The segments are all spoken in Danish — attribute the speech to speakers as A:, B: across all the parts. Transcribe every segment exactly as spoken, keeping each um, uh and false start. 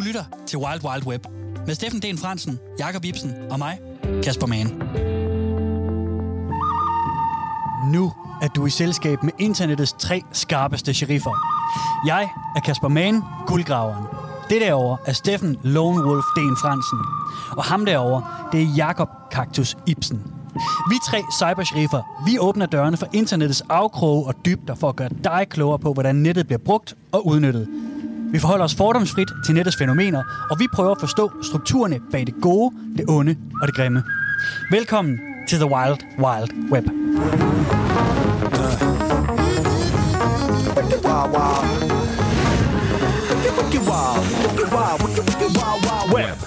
A: lytter til Wild Wild Web med Steffen D. Fransen, Jakob Ibsen og mig, Kasper Mann. Nu er du i selskab med internettets tre skarpeste sheriffer. Jeg er Kasper Mann, guldgraveren. Det derovre er Steffen Lone Wolf D. Fransen. Og ham derovre, det er Jakob Kaktus Ibsen. Vi tre cybersheriffer, vi åbner dørene for internettets afkroge og dybder for at gøre dig klogere på, hvordan nettet bliver brugt og udnyttet. Vi forholder os fordomsfrit til nettets fænomener, og vi prøver at forstå strukturerne bag det gode, det onde og det grimme. Velkommen til The Wild Wild Web. Web.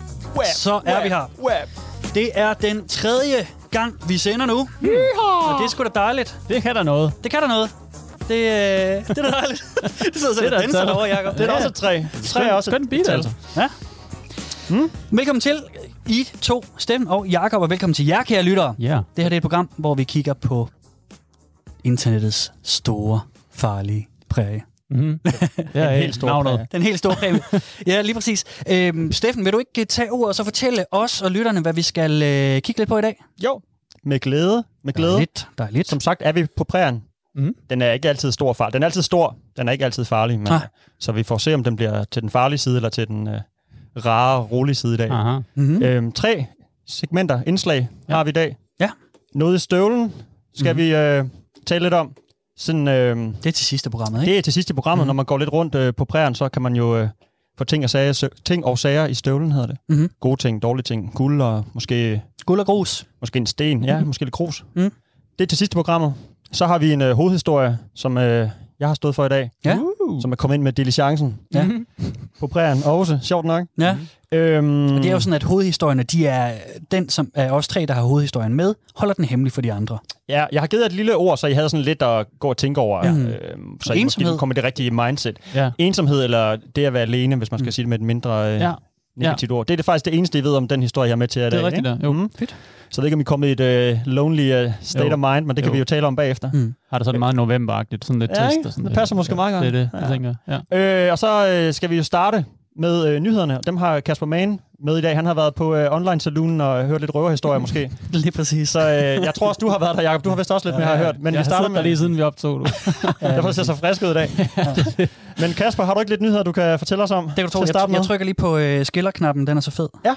A: Så er vi her. Det er den tredje gang, vi sender nu. Og det er sgu da dejligt.
B: Det kan der noget.
A: Det kan der noget. Det, øh, det er da dejligt. Det sidder sådan lidt danser derovre, Jacob.
B: Det er også et træ. Træ er også et beat, altså.
A: Ja. Mm. Velkommen til I to, Steffen og Jakob, og velkommen til jer, kære lyttere.
B: Yeah.
A: Det her det er et program, hvor vi kigger på internettets store, farlige præge.
B: Mm-hmm. Det er en helt stor præge.
A: Den helt store præge. Ja, lige præcis. Øhm, Steffen, vil du ikke tage ordet og så fortælle os og lytterne, hvad vi skal øh, kigge lidt på i dag?
C: Jo, med glæde. Med glæde.
A: Der er lidt. Der er lidt.
C: Som sagt er vi på prægen. Mm. Den er ikke altid stor farlig. Den er altid stor, den er ikke altid farlig. Men, så vi får se, om den bliver til den farlige side, eller til den øh, rare, rolige side i dag. Mm-hmm. Øhm, tre segmenter, indslag ja. har vi i dag.
A: Ja. Noget
C: i støvlen skal mm-hmm. vi øh, tale lidt om. Sådan, øh,
A: det er til sidste programmet, ikke?
C: Det er til sidste programmet. Mm-hmm. Når man går lidt rundt øh, på prægen, så kan man jo øh, få ting og, sager, ting og sager i støvlen, hedder det. Mm-hmm. Gode ting, dårlige ting, guld og måske...
A: Guld og grus.
C: Måske en sten, mm-hmm. ja, måske lidt grus. Mm. Det er til sidste programmet. Så har vi en øh, hovedhistorie, som øh, jeg har stået for i dag,
A: ja.
C: uh. som er kommet ind med diligencen ja. på prægen også, sjovt nok.
A: Ja. Øhm, og det er jo sådan, at hovedhistorierne, de er den, som er os tre, der har hovedhistorien med, holder den hemmelig for de andre.
C: Ja, jeg har givet et lille ord, så I havde sådan lidt at gå og tænke over, ja. øhm, så I måske komme med det rigtige mindset. Ja. Ensomhed, eller det at være alene, hvis man skal mm. sige det med et mindre... Øh, ja. negativt ja. ord. Det er det faktisk det eneste, I ved om den historie, jeg har med til i dag.
B: Det er rigtigt,
C: ikke?
B: Jo. Mm. Fedt.
C: Så det ikke, om I kommer i et uh, lonely uh, state jo. of mind, men det kan jo. vi jo tale om bagefter. Mm.
B: Har det sådan meget novemberagtigt, sådan lidt
C: ja,
B: trist og sådan
C: det. Det passer måske ja. meget godt.
B: Det er det,
C: ja.
B: jeg tænker. Ja.
C: Øh, og så øh, skal vi jo starte med øh, nyhederne. Dem har Kasper Mann med i dag. Han har været på øh, online saloon og hørt lidt røverhistorier måske.
A: Lige præcis.
C: Så øh, jeg tror også, du har været der, Jacob. Du har vist også lidt, ja, mere har hørt. Men
B: jeg
C: vi starter med
B: lige siden vi optog du.
C: Derfor ser så frisk ud i dag. Ja. Men Kasper, har du ikke lidt nyheder, du kan fortælle os om?
A: Det kan du tro. Jeg, jeg trykker lige på øh, skillerknappen. Den er så fed.
C: Ja.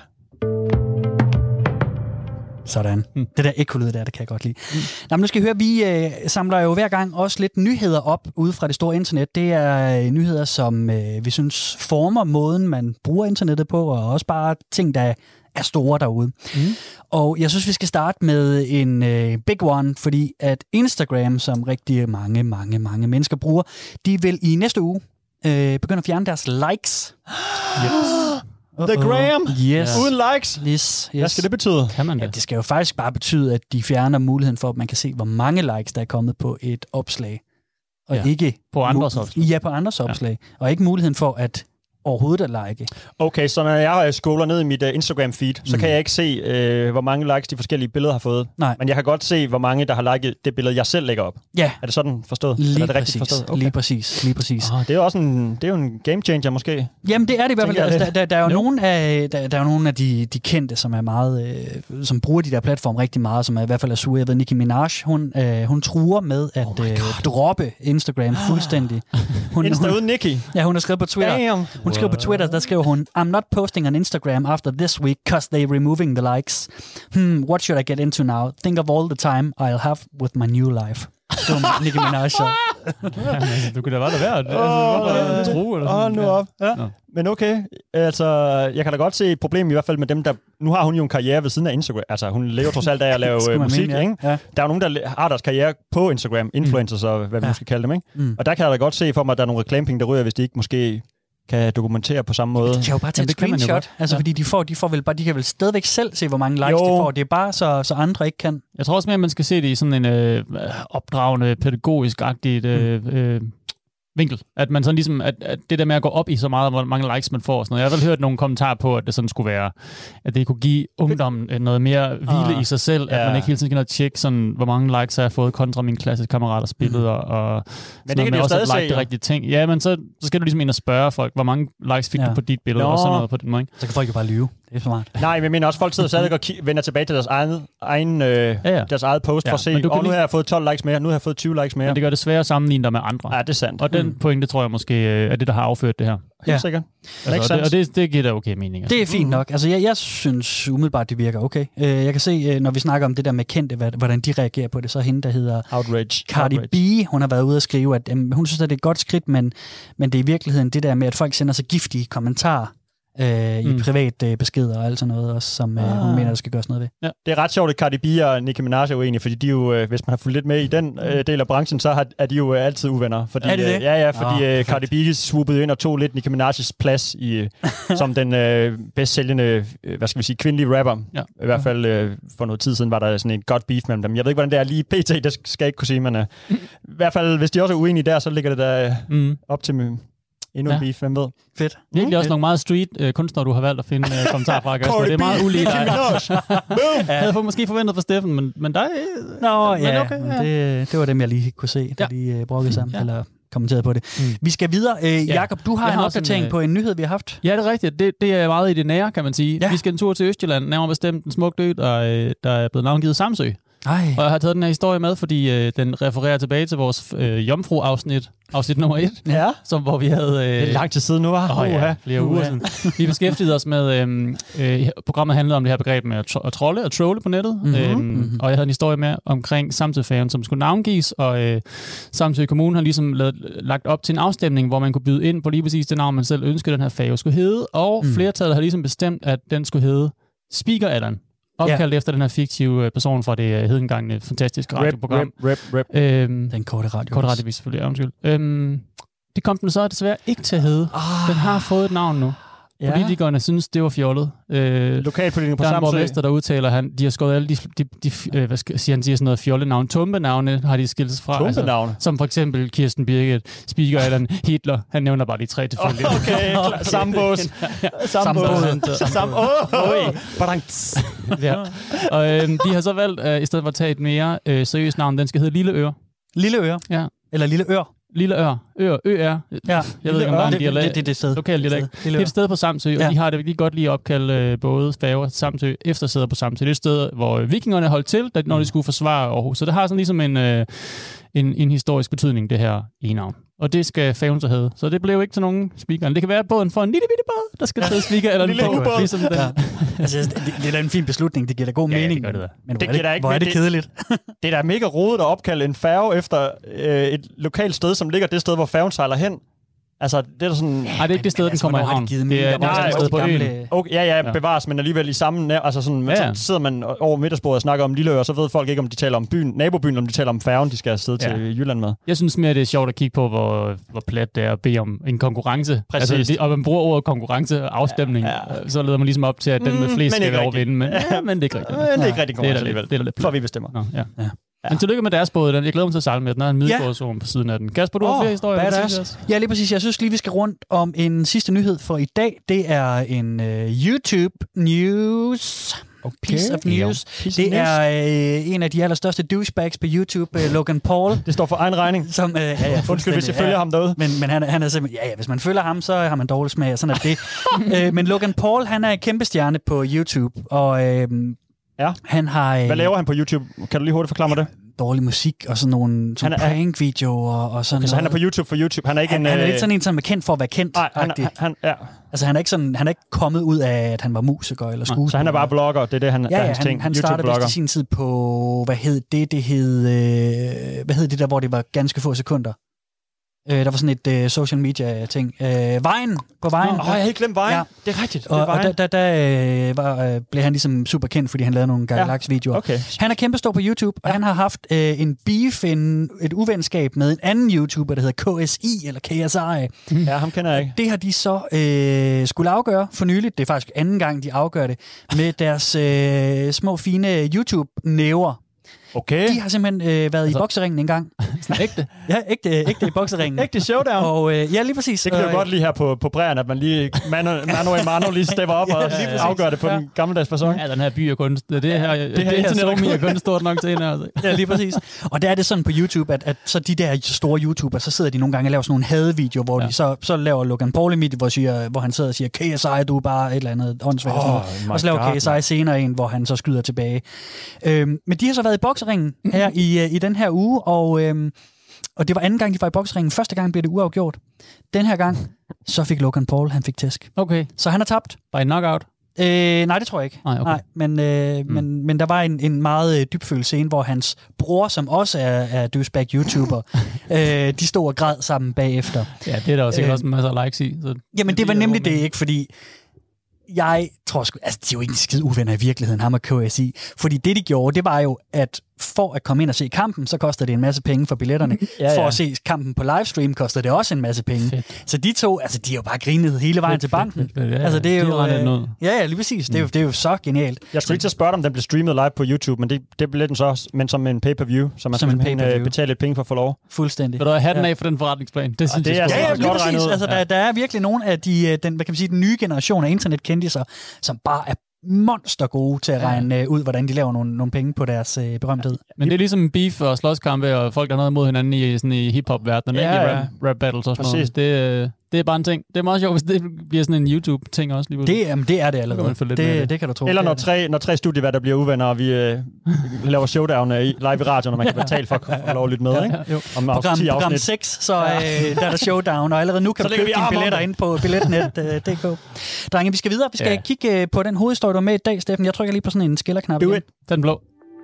A: Sådan. Mm. Det der ekkolyd der, det kan jeg godt lide. Mm. Nå, men nu skal I høre, vi øh, samler jo hver gang også lidt nyheder op ude fra det store internet. Det er øh, nyheder, som øh, vi synes former måden, man bruger internettet på, og også bare ting, der er store derude. Mm. Og jeg synes, vi skal starte med en øh, big one, fordi at Instagram, som rigtig mange, mange, mange mennesker bruger, de vil i næste uge øh, begynde at fjerne deres likes.
C: Yes. The Gram?
A: Yes.
C: Uden likes?
A: Yes, yes.
C: Hvad skal det betyde?
B: Kan man det?
A: Ja, det skal jo faktisk bare betyde, at de fjerner muligheden for, at man kan se, hvor mange likes, der er kommet på et opslag. Og
B: ja.
A: ikke...
B: På andres opslag.
A: Ja, på andres opslag. Ja. Og ikke muligheden for, at overhovedet at like.
C: Okay, så når jeg scroller ned i mit uh, Instagram-feed, mm. så kan jeg ikke se, uh, hvor mange likes de forskellige billeder har fået.
A: Nej.
C: Men jeg kan godt se, hvor mange, der har liket det billede, jeg selv lægger op.
A: Ja.
C: Er det sådan forstået?
A: Lige
C: Eller er det
A: præcis.
C: rigtigt forstået? Okay.
A: Lige præcis. Lige præcis.
C: Oh, det er jo også en, det er jo en game changer måske.
A: Jamen det er det i hvert fald. Altså, der, der, der er jo
B: no.
A: nogle af, der, der er jo nogle af de, de kendte, som er meget, øh, som bruger de der platform rigtig meget, som er i hvert fald er sure. Jeg ved, Nicki Minaj, hun, øh, hun truer med at oh øh, droppe Instagram fuldstændig.
C: Hun, Insta uden Nicki?
A: Ja, hun har skrevet på Twitter.
C: Damn.
A: Hun skriver på Twitter, der skriver hun, I'm not posting on Instagram after this week cause they removing the likes. Hmm, what should I get into now? Think of all the time I'll have with my new life. Det var Nicki Minaj.
B: Ja, du kunne da bare da være. Altså, tro eller sådan.
C: Åh, nu op. Ja. Ja. Men okay, altså, jeg kan da godt se et problem i hvert fald med dem, der... Nu har hun jo en karriere ved siden af Instagram. Altså, hun lever trods alt af at lave uh, musik, mene, ja. Ikke? Ja. Der er jo nogen, der har deres karriere på Instagram. Influencers mm. og hvad vi ja. nu skal kalde dem, ikke? Mm. Og der kan jeg da godt se for mig, at der er nogle reklamepenge, der ryger, hvis de ikke måske... kan dokumentere på samme måde.
A: De kan jo bare tage et screenshot, altså ja. fordi de får, de får vel bare, de kan vel stadigvæk selv se, hvor mange likes jo. de får. Det er bare så, så andre ikke kan.
B: Jeg tror også mere, at man skal se det i sådan en øh, opdragende, pædagogisk-agtigt øh, øh, vinkel. At man sådan ligesom, at, at det der med at gå op i så meget, hvor mange likes man får og sådan noget. Jeg har vel hørt nogle kommentarer på, at det sådan skulle være, at det kunne give ungdommen noget mere hvile ah, i sig selv, at ja. man ikke hele tiden kan tjekke sådan, hvor mange likes har jeg fået kontra mine klassekammeraters billeder, mm. og
C: men det kan de jo
B: også
C: stadig
B: like de rigtige ting. Ja, men så, så skal du ligesom ind og spørge folk, hvor mange likes fik ja. du på dit billede, Nå. og sådan noget på den måde.
A: Så kan folk jo bare lyve. Det er smart.
C: Nej, men jeg mener også, folk sidder stadig og ki- vender tilbage til deres egen, egen øh, ja, ja. deres eget post ja, for at se, og nu lige... har jeg fået tolv likes mere, nu har jeg fået tyve likes mere.
B: Men det gør det svært at sammenligne dig med andre.
C: Ja, det er sandt.
B: Og den mm. pointe, tror jeg måske, er det, der har afført det her.
C: Helt ja. sikkert.
B: Altså, og det, og det, det giver da okay mening. Altså.
A: Det er fint nok. Altså, jeg, jeg synes umiddelbart, det virker okay. Uh, jeg kan se, uh, når vi snakker om det der med kendte, hvordan de reagerer på det, så er hende, der hedder
C: Outrage.
A: Cardi
C: Outrage.
A: B, hun har været ude og skrive, at um, hun synes, at det er et godt skridt, men, men det er i virkeligheden det der med, at folk sender så giftige kommentarer øh, i mm. privat øh, beskeder og alt sådan noget, også, som øh, ah. hun mener, der skal gøres noget ved.
C: Ja. Det er ret sjovt, at Cardi B og Nicki Minaj er uenige, fordi de jo, øh, hvis man har fulgt lidt med i den øh, del af branchen, så har, er de jo øh, altid uvenner. Fordi,
A: er det det?
C: Øh, ja, ja, fordi oh, øh, Cardi B swoopede ind og tog lidt Nicki Minaj's plads i, øh, som den øh, bedst sælgende, øh, hvad skal vi sige, kvindelige rapper. Ja. I hvert fald øh, for noget tid siden var der sådan en godt beef mellem dem. Jeg ved ikke, hvordan det er lige pt, det skal jeg ikke kunne sige, men øh, i hvert fald, hvis de også er uenige der, så ligger det der øh, mm. op til mig. Endnu en ja. beef, hvem ved?
A: Fedt.
B: Det er egentlig også nogle meget street øh, kunstnere, du har valgt at finde øh, kommentarer fra, Kasper. Det er meget ulige dig. Jeg havde måske forventet for Steffen, men, men dig... Øh,
A: Nå, men ja, okay, ja. Det, det var dem, jeg lige kunne se, da ja. de øh, brokkede sammen, ja. eller kommenterede på det. Mm. Vi skal videre. Øh, Jakob, du har jeg en opdatering en, på en nyhed, vi har haft.
B: Ja, det er rigtigt. Det, det er meget i det nære, kan man sige. Ja. Vi skal en tur til Østjylland, nærmere bestemt en smuk ø, der, der er blevet navngivet Samsø. Ej. Og jeg har taget den her historie med, fordi øh, den refererer tilbage til vores øh, jomfru-afsnit, afsnit nummer et,
C: ja.
B: som, hvor vi havde... Øh,
C: det er lang tid siden nu, var.
B: Åh oh, ja, flere uger siden. Vi beskæftigede os med... Øh, øh, programmet handlede om det her begreb med at, tro- at trolle og trolle på nettet. Mm-hmm. Øh, mm-hmm. Og jeg havde en historie med omkring Samsø-færgen, som skulle navngives, og øh, Samsø Kommune har ligesom lavet, lagt op til en afstemning, hvor man kunne byde ind på lige præcis det navn, man selv ønskede, den her færge skulle hedde. Og mm. flertallet har ligesom bestemt, at den skulle hedde Speaker Allan. Opkaldt ja. efter den her fiktive person fra det hedengangne fantastiske radioprogram.
C: Rip, rip, rip.
A: Øhm, den korte radiovis.
B: Korte radiovis, selvfølgelig. Ja, undskyld. Øhm, det kom den så desværre ikke til at hedde. Oh. Den har fået et navn nu. Ja. Politikerne synes, det var fjollet. Øh,
C: Lokalpolitikere på
B: Samsø. Der er en
C: borgmester,
B: der udtaler, han, de har skåret alle de, de, de øh, hvad skal, siger han, siger sådan noget fjollenavn. Tumpenavne har de skilt fra.
C: Tumpenavne?
B: Altså, som for eksempel Kirsten Birgit, Speaker Allan, Hitler. Han nævner bare de tre tilfældigt.
C: Okay, okay. Sambos.
A: Sambos.
C: Sambos.
B: Ja. Og øh, de har så valgt, øh, i stedet for at tage et mere øh, seriøst navn, den skal hedde Lille Øre.
A: Lille Øre?
B: Ja.
A: Eller Lille Ør?
B: Lille Ør. Ør. Ø er.
A: Ja.
B: Jeg ved ikke, om der er en dialekt.
A: Det, det, det er sted.
B: Lokal dialekt. Det er et sted på Samsø, og ja. de har det lige godt lige opkaldt øh, både færger Samsø efter sæder på Samsø. Det er et sted, hvor vikingerne holdt til, da, når de skulle forsvare Aarhus. Så det har sådan ligesom en, øh, en, en historisk betydning, det her e-navn. Og det skal færgen så hedde. Så det blev ikke til nogen speaker. Det kan være båden for en lille bitte båd, der skal tage speaker, eller en båd, ligesom den. Ja.
A: Altså, det, det er da en fin beslutning. Det giver da god
B: ja,
A: mening.
B: Ja, det det
A: men
C: det
A: hvor, er det,
C: ikke,
A: hvor er det, det kedeligt.
C: Det er da mega rodet at opkalde en færge efter øh, et lokalt sted, som ligger det sted, hvor færgen sejler hen. Altså, det er sådan...
B: Nej, det er ikke det sted, den kommer i havn. Det er
C: et sted på øen. Okay, ja, ja, bevares, men alligevel i samme... Nær, altså sådan, ja, ja. Så sidder man over middagsbordet og snakker om Lilleøre, og så ved folk ikke, om de taler om byen, nabobyen, eller om de taler om færgen, de skal afsted ja. til Jylland med.
B: Jeg synes mere, det er sjovt at kigge på, hvor, hvor plat det er at bede om en konkurrence.
C: Præcis.
B: Altså, det, og man bruger ordet konkurrence og afstemning, ja, ja. så leder man ligesom op til, at den med flest skal være overvinde. Men, ja, men det er ikke rigtigt.
C: Men det er ikke rigtig konkurrence alligevel.
B: Det er der lidt.
C: For vi bestemmer.
B: Nå, ja. Ja. Ja. Men tillykke med deres båd. Jeg glæder mig til at sejle med den. Der er en middelbådszone ja. på siden af den. Kasper, du oh, har flere historier.
A: Badass. Ja, lige præcis. Jeg synes lige, vi skal rundt om en sidste nyhed for i dag. Det er en uh, YouTube News. Okay. Piece of News. Ja. Piece det of er uh, en af de allerstørste douchebags på YouTube, uh, Logan Paul.
C: Det står for egen regning.
A: Som, uh, ja, ja,
C: Undskyld, hvis jeg følger ja, ham derude.
A: Men, men han, han er simpelthen... Ja, ja, hvis man følger ham, så har man dårlig smag, og sådan er det. uh, men Logan Paul, han er en kæmpe stjerne på YouTube, og... Uh,
C: Ja.
A: Han har,
C: Hvad laver han på YouTube? Kan du lige hurtigt forklare mig det?
A: Dårlig musik og sådan nogle sådan prank-videoer og sådan
C: okay, så han er på YouTube for YouTube? Han er ikke
A: han,
C: en...
A: Han er lidt sådan en, som er kendt for at være kendt.
C: Nej, han, han, han, ja.
A: Altså han er ikke sådan, han er ikke kommet ud af, at han var musiker eller skuespiller.
C: Så han er bare blogger, det er det, han,
A: ja,
C: der er
A: ja,
C: hans
A: han,
C: ting.
A: han startede vist i sin tid på, hvad hed det? Det hed, øh, hvad hed det der, hvor det var ganske få sekunder? Øh, der var sådan et øh, social media ting. Øh, Vejen på Vejen.
C: Åh, oh, jeg har ikke glemt Vejen. Ja. Det er rigtigt.
A: Og, og der, der, der øh, var, øh, blev han ligesom super kendt, fordi han lavede nogle Galax-videoer. Ja. Okay. Han er kæmpe stor på YouTube, og ja. han har haft øh, en beef, en, et uvenskab med en anden YouTuber, der hedder K S I, eller K S I.
C: Mm. Ja, ham kender jeg ikke.
A: Det har de så øh, skulle afgøre for nyligt. Det er faktisk anden gang, de afgør det, med deres øh, små, fine YouTube-næver.
C: Okay.
A: De har simpelthen øh, været altså, i bokseringen en gang.
B: ægte?
A: Ja, ægte, ægte i bokseringen.
C: Ægte showdown.
A: Og øh, ja, lige præcis.
C: Det kan du godt lige her på, på bræren, at man lige mano, mano i mano lige stepper op og ja, lige afgør det på ja. den gammeldags facon.
B: Ja, den her by er kun... Det, det her, det, det her internet er kun stort nok til en her.
A: Ja, lige præcis. Og der er det sådan på YouTube, at, at så de der store YouTubere, så sidder de nogle gange og laver sådan nogle hadevideoer, hvor ja. de så, så laver Logan Paul i midt, hvor, siger, hvor han sidder og siger, K S I, du er bare et eller andet åndssvagt. Oh, og så laver God, K S I senere en, hvor han så skyder tilbage. Øhm, men de har så været i bokseringen her i, i den her uge, og, øhm, og det var anden gang, de var i bokseringen. Første gang blev det uafgjort. Den her gang, så fik Logan Paul, han fik tæsk.
B: Okay.
A: Så han har tabt.
B: By knockout?
A: Øh, nej, det tror jeg ikke.
B: Nej, okay.
A: nej men, øh, mm. men, men der var en, en meget øh, dybfølt scene, hvor hans bror, som også er, er douchebag-YouTuber, øh, de stod og græd sammen bagefter.
B: Ja, det er der jo sikkert øh, også en masse likes i. Så
A: jamen, det var nemlig det ikke, fordi jeg tror sgu, altså de er jo ikke skide uvenner i virkeligheden, ham og K S I. Fordi det, de gjorde, det var jo, at for at komme ind og se kampen, så koster det en masse penge for billetterne. ja, ja. For at se kampen på livestream, koster det også en masse penge. Fedt. Så de to, altså de har jo bare grinet hele vejen fedt, til banken. Fedt, fedt, fedt. Ja, altså det er jo... Øh, ja, ja, lige præcis. Mm. Det, er jo, det er jo så genialt.
C: Jeg skulle ikke til at spørge dig, om den blev streamet live på YouTube, men det, det blev den så også, men som en pay-per-view, så man skal betale lidt penge for at få lov.
A: Fuldstændig.
B: Vil du have hatten af for den forretningsplan? Det synes
C: det
B: jeg
C: er
A: ja, ja,
C: godt
A: præcis.
C: regnet ud.
A: Altså, der, der er virkelig nogle af de, den, hvad kan man sige, den nye generation af internetkendisser, som bare er monster gode til at regne ja. ud, hvordan de laver nogle, nogle penge på deres øh, berømthed.
B: Men det er ligesom beef og slåskampe, og folk der er noget mod hinanden i, sådan i hip-hop-verdenen, ja, ikke i rap, rap battles og sådan noget. Det, det er bare en ting. Det er meget sjovt, hvis det bliver sådan en YouTube-ting også. Lige
A: det, jamen, det er det allerede. Det, det, det kan du tro.
C: Eller når tre, når tre studieværter bliver uvenner, og vi øh, laver showdown øh, live i radioen, og man kan betale for at få lov at lytte med. Ikke?
A: Ja, Om program, program seks, så øh, der er der showdown, og allerede nu kan du købe dine billetter ind på billetnet punktum d k. Drenge, vi skal videre. Vi skal ja. kigge øh, på den hovedhistorie, du er med i dag, Steffen. Jeg trykker lige på sådan en skillerknap.
C: Do it.
B: Den blå.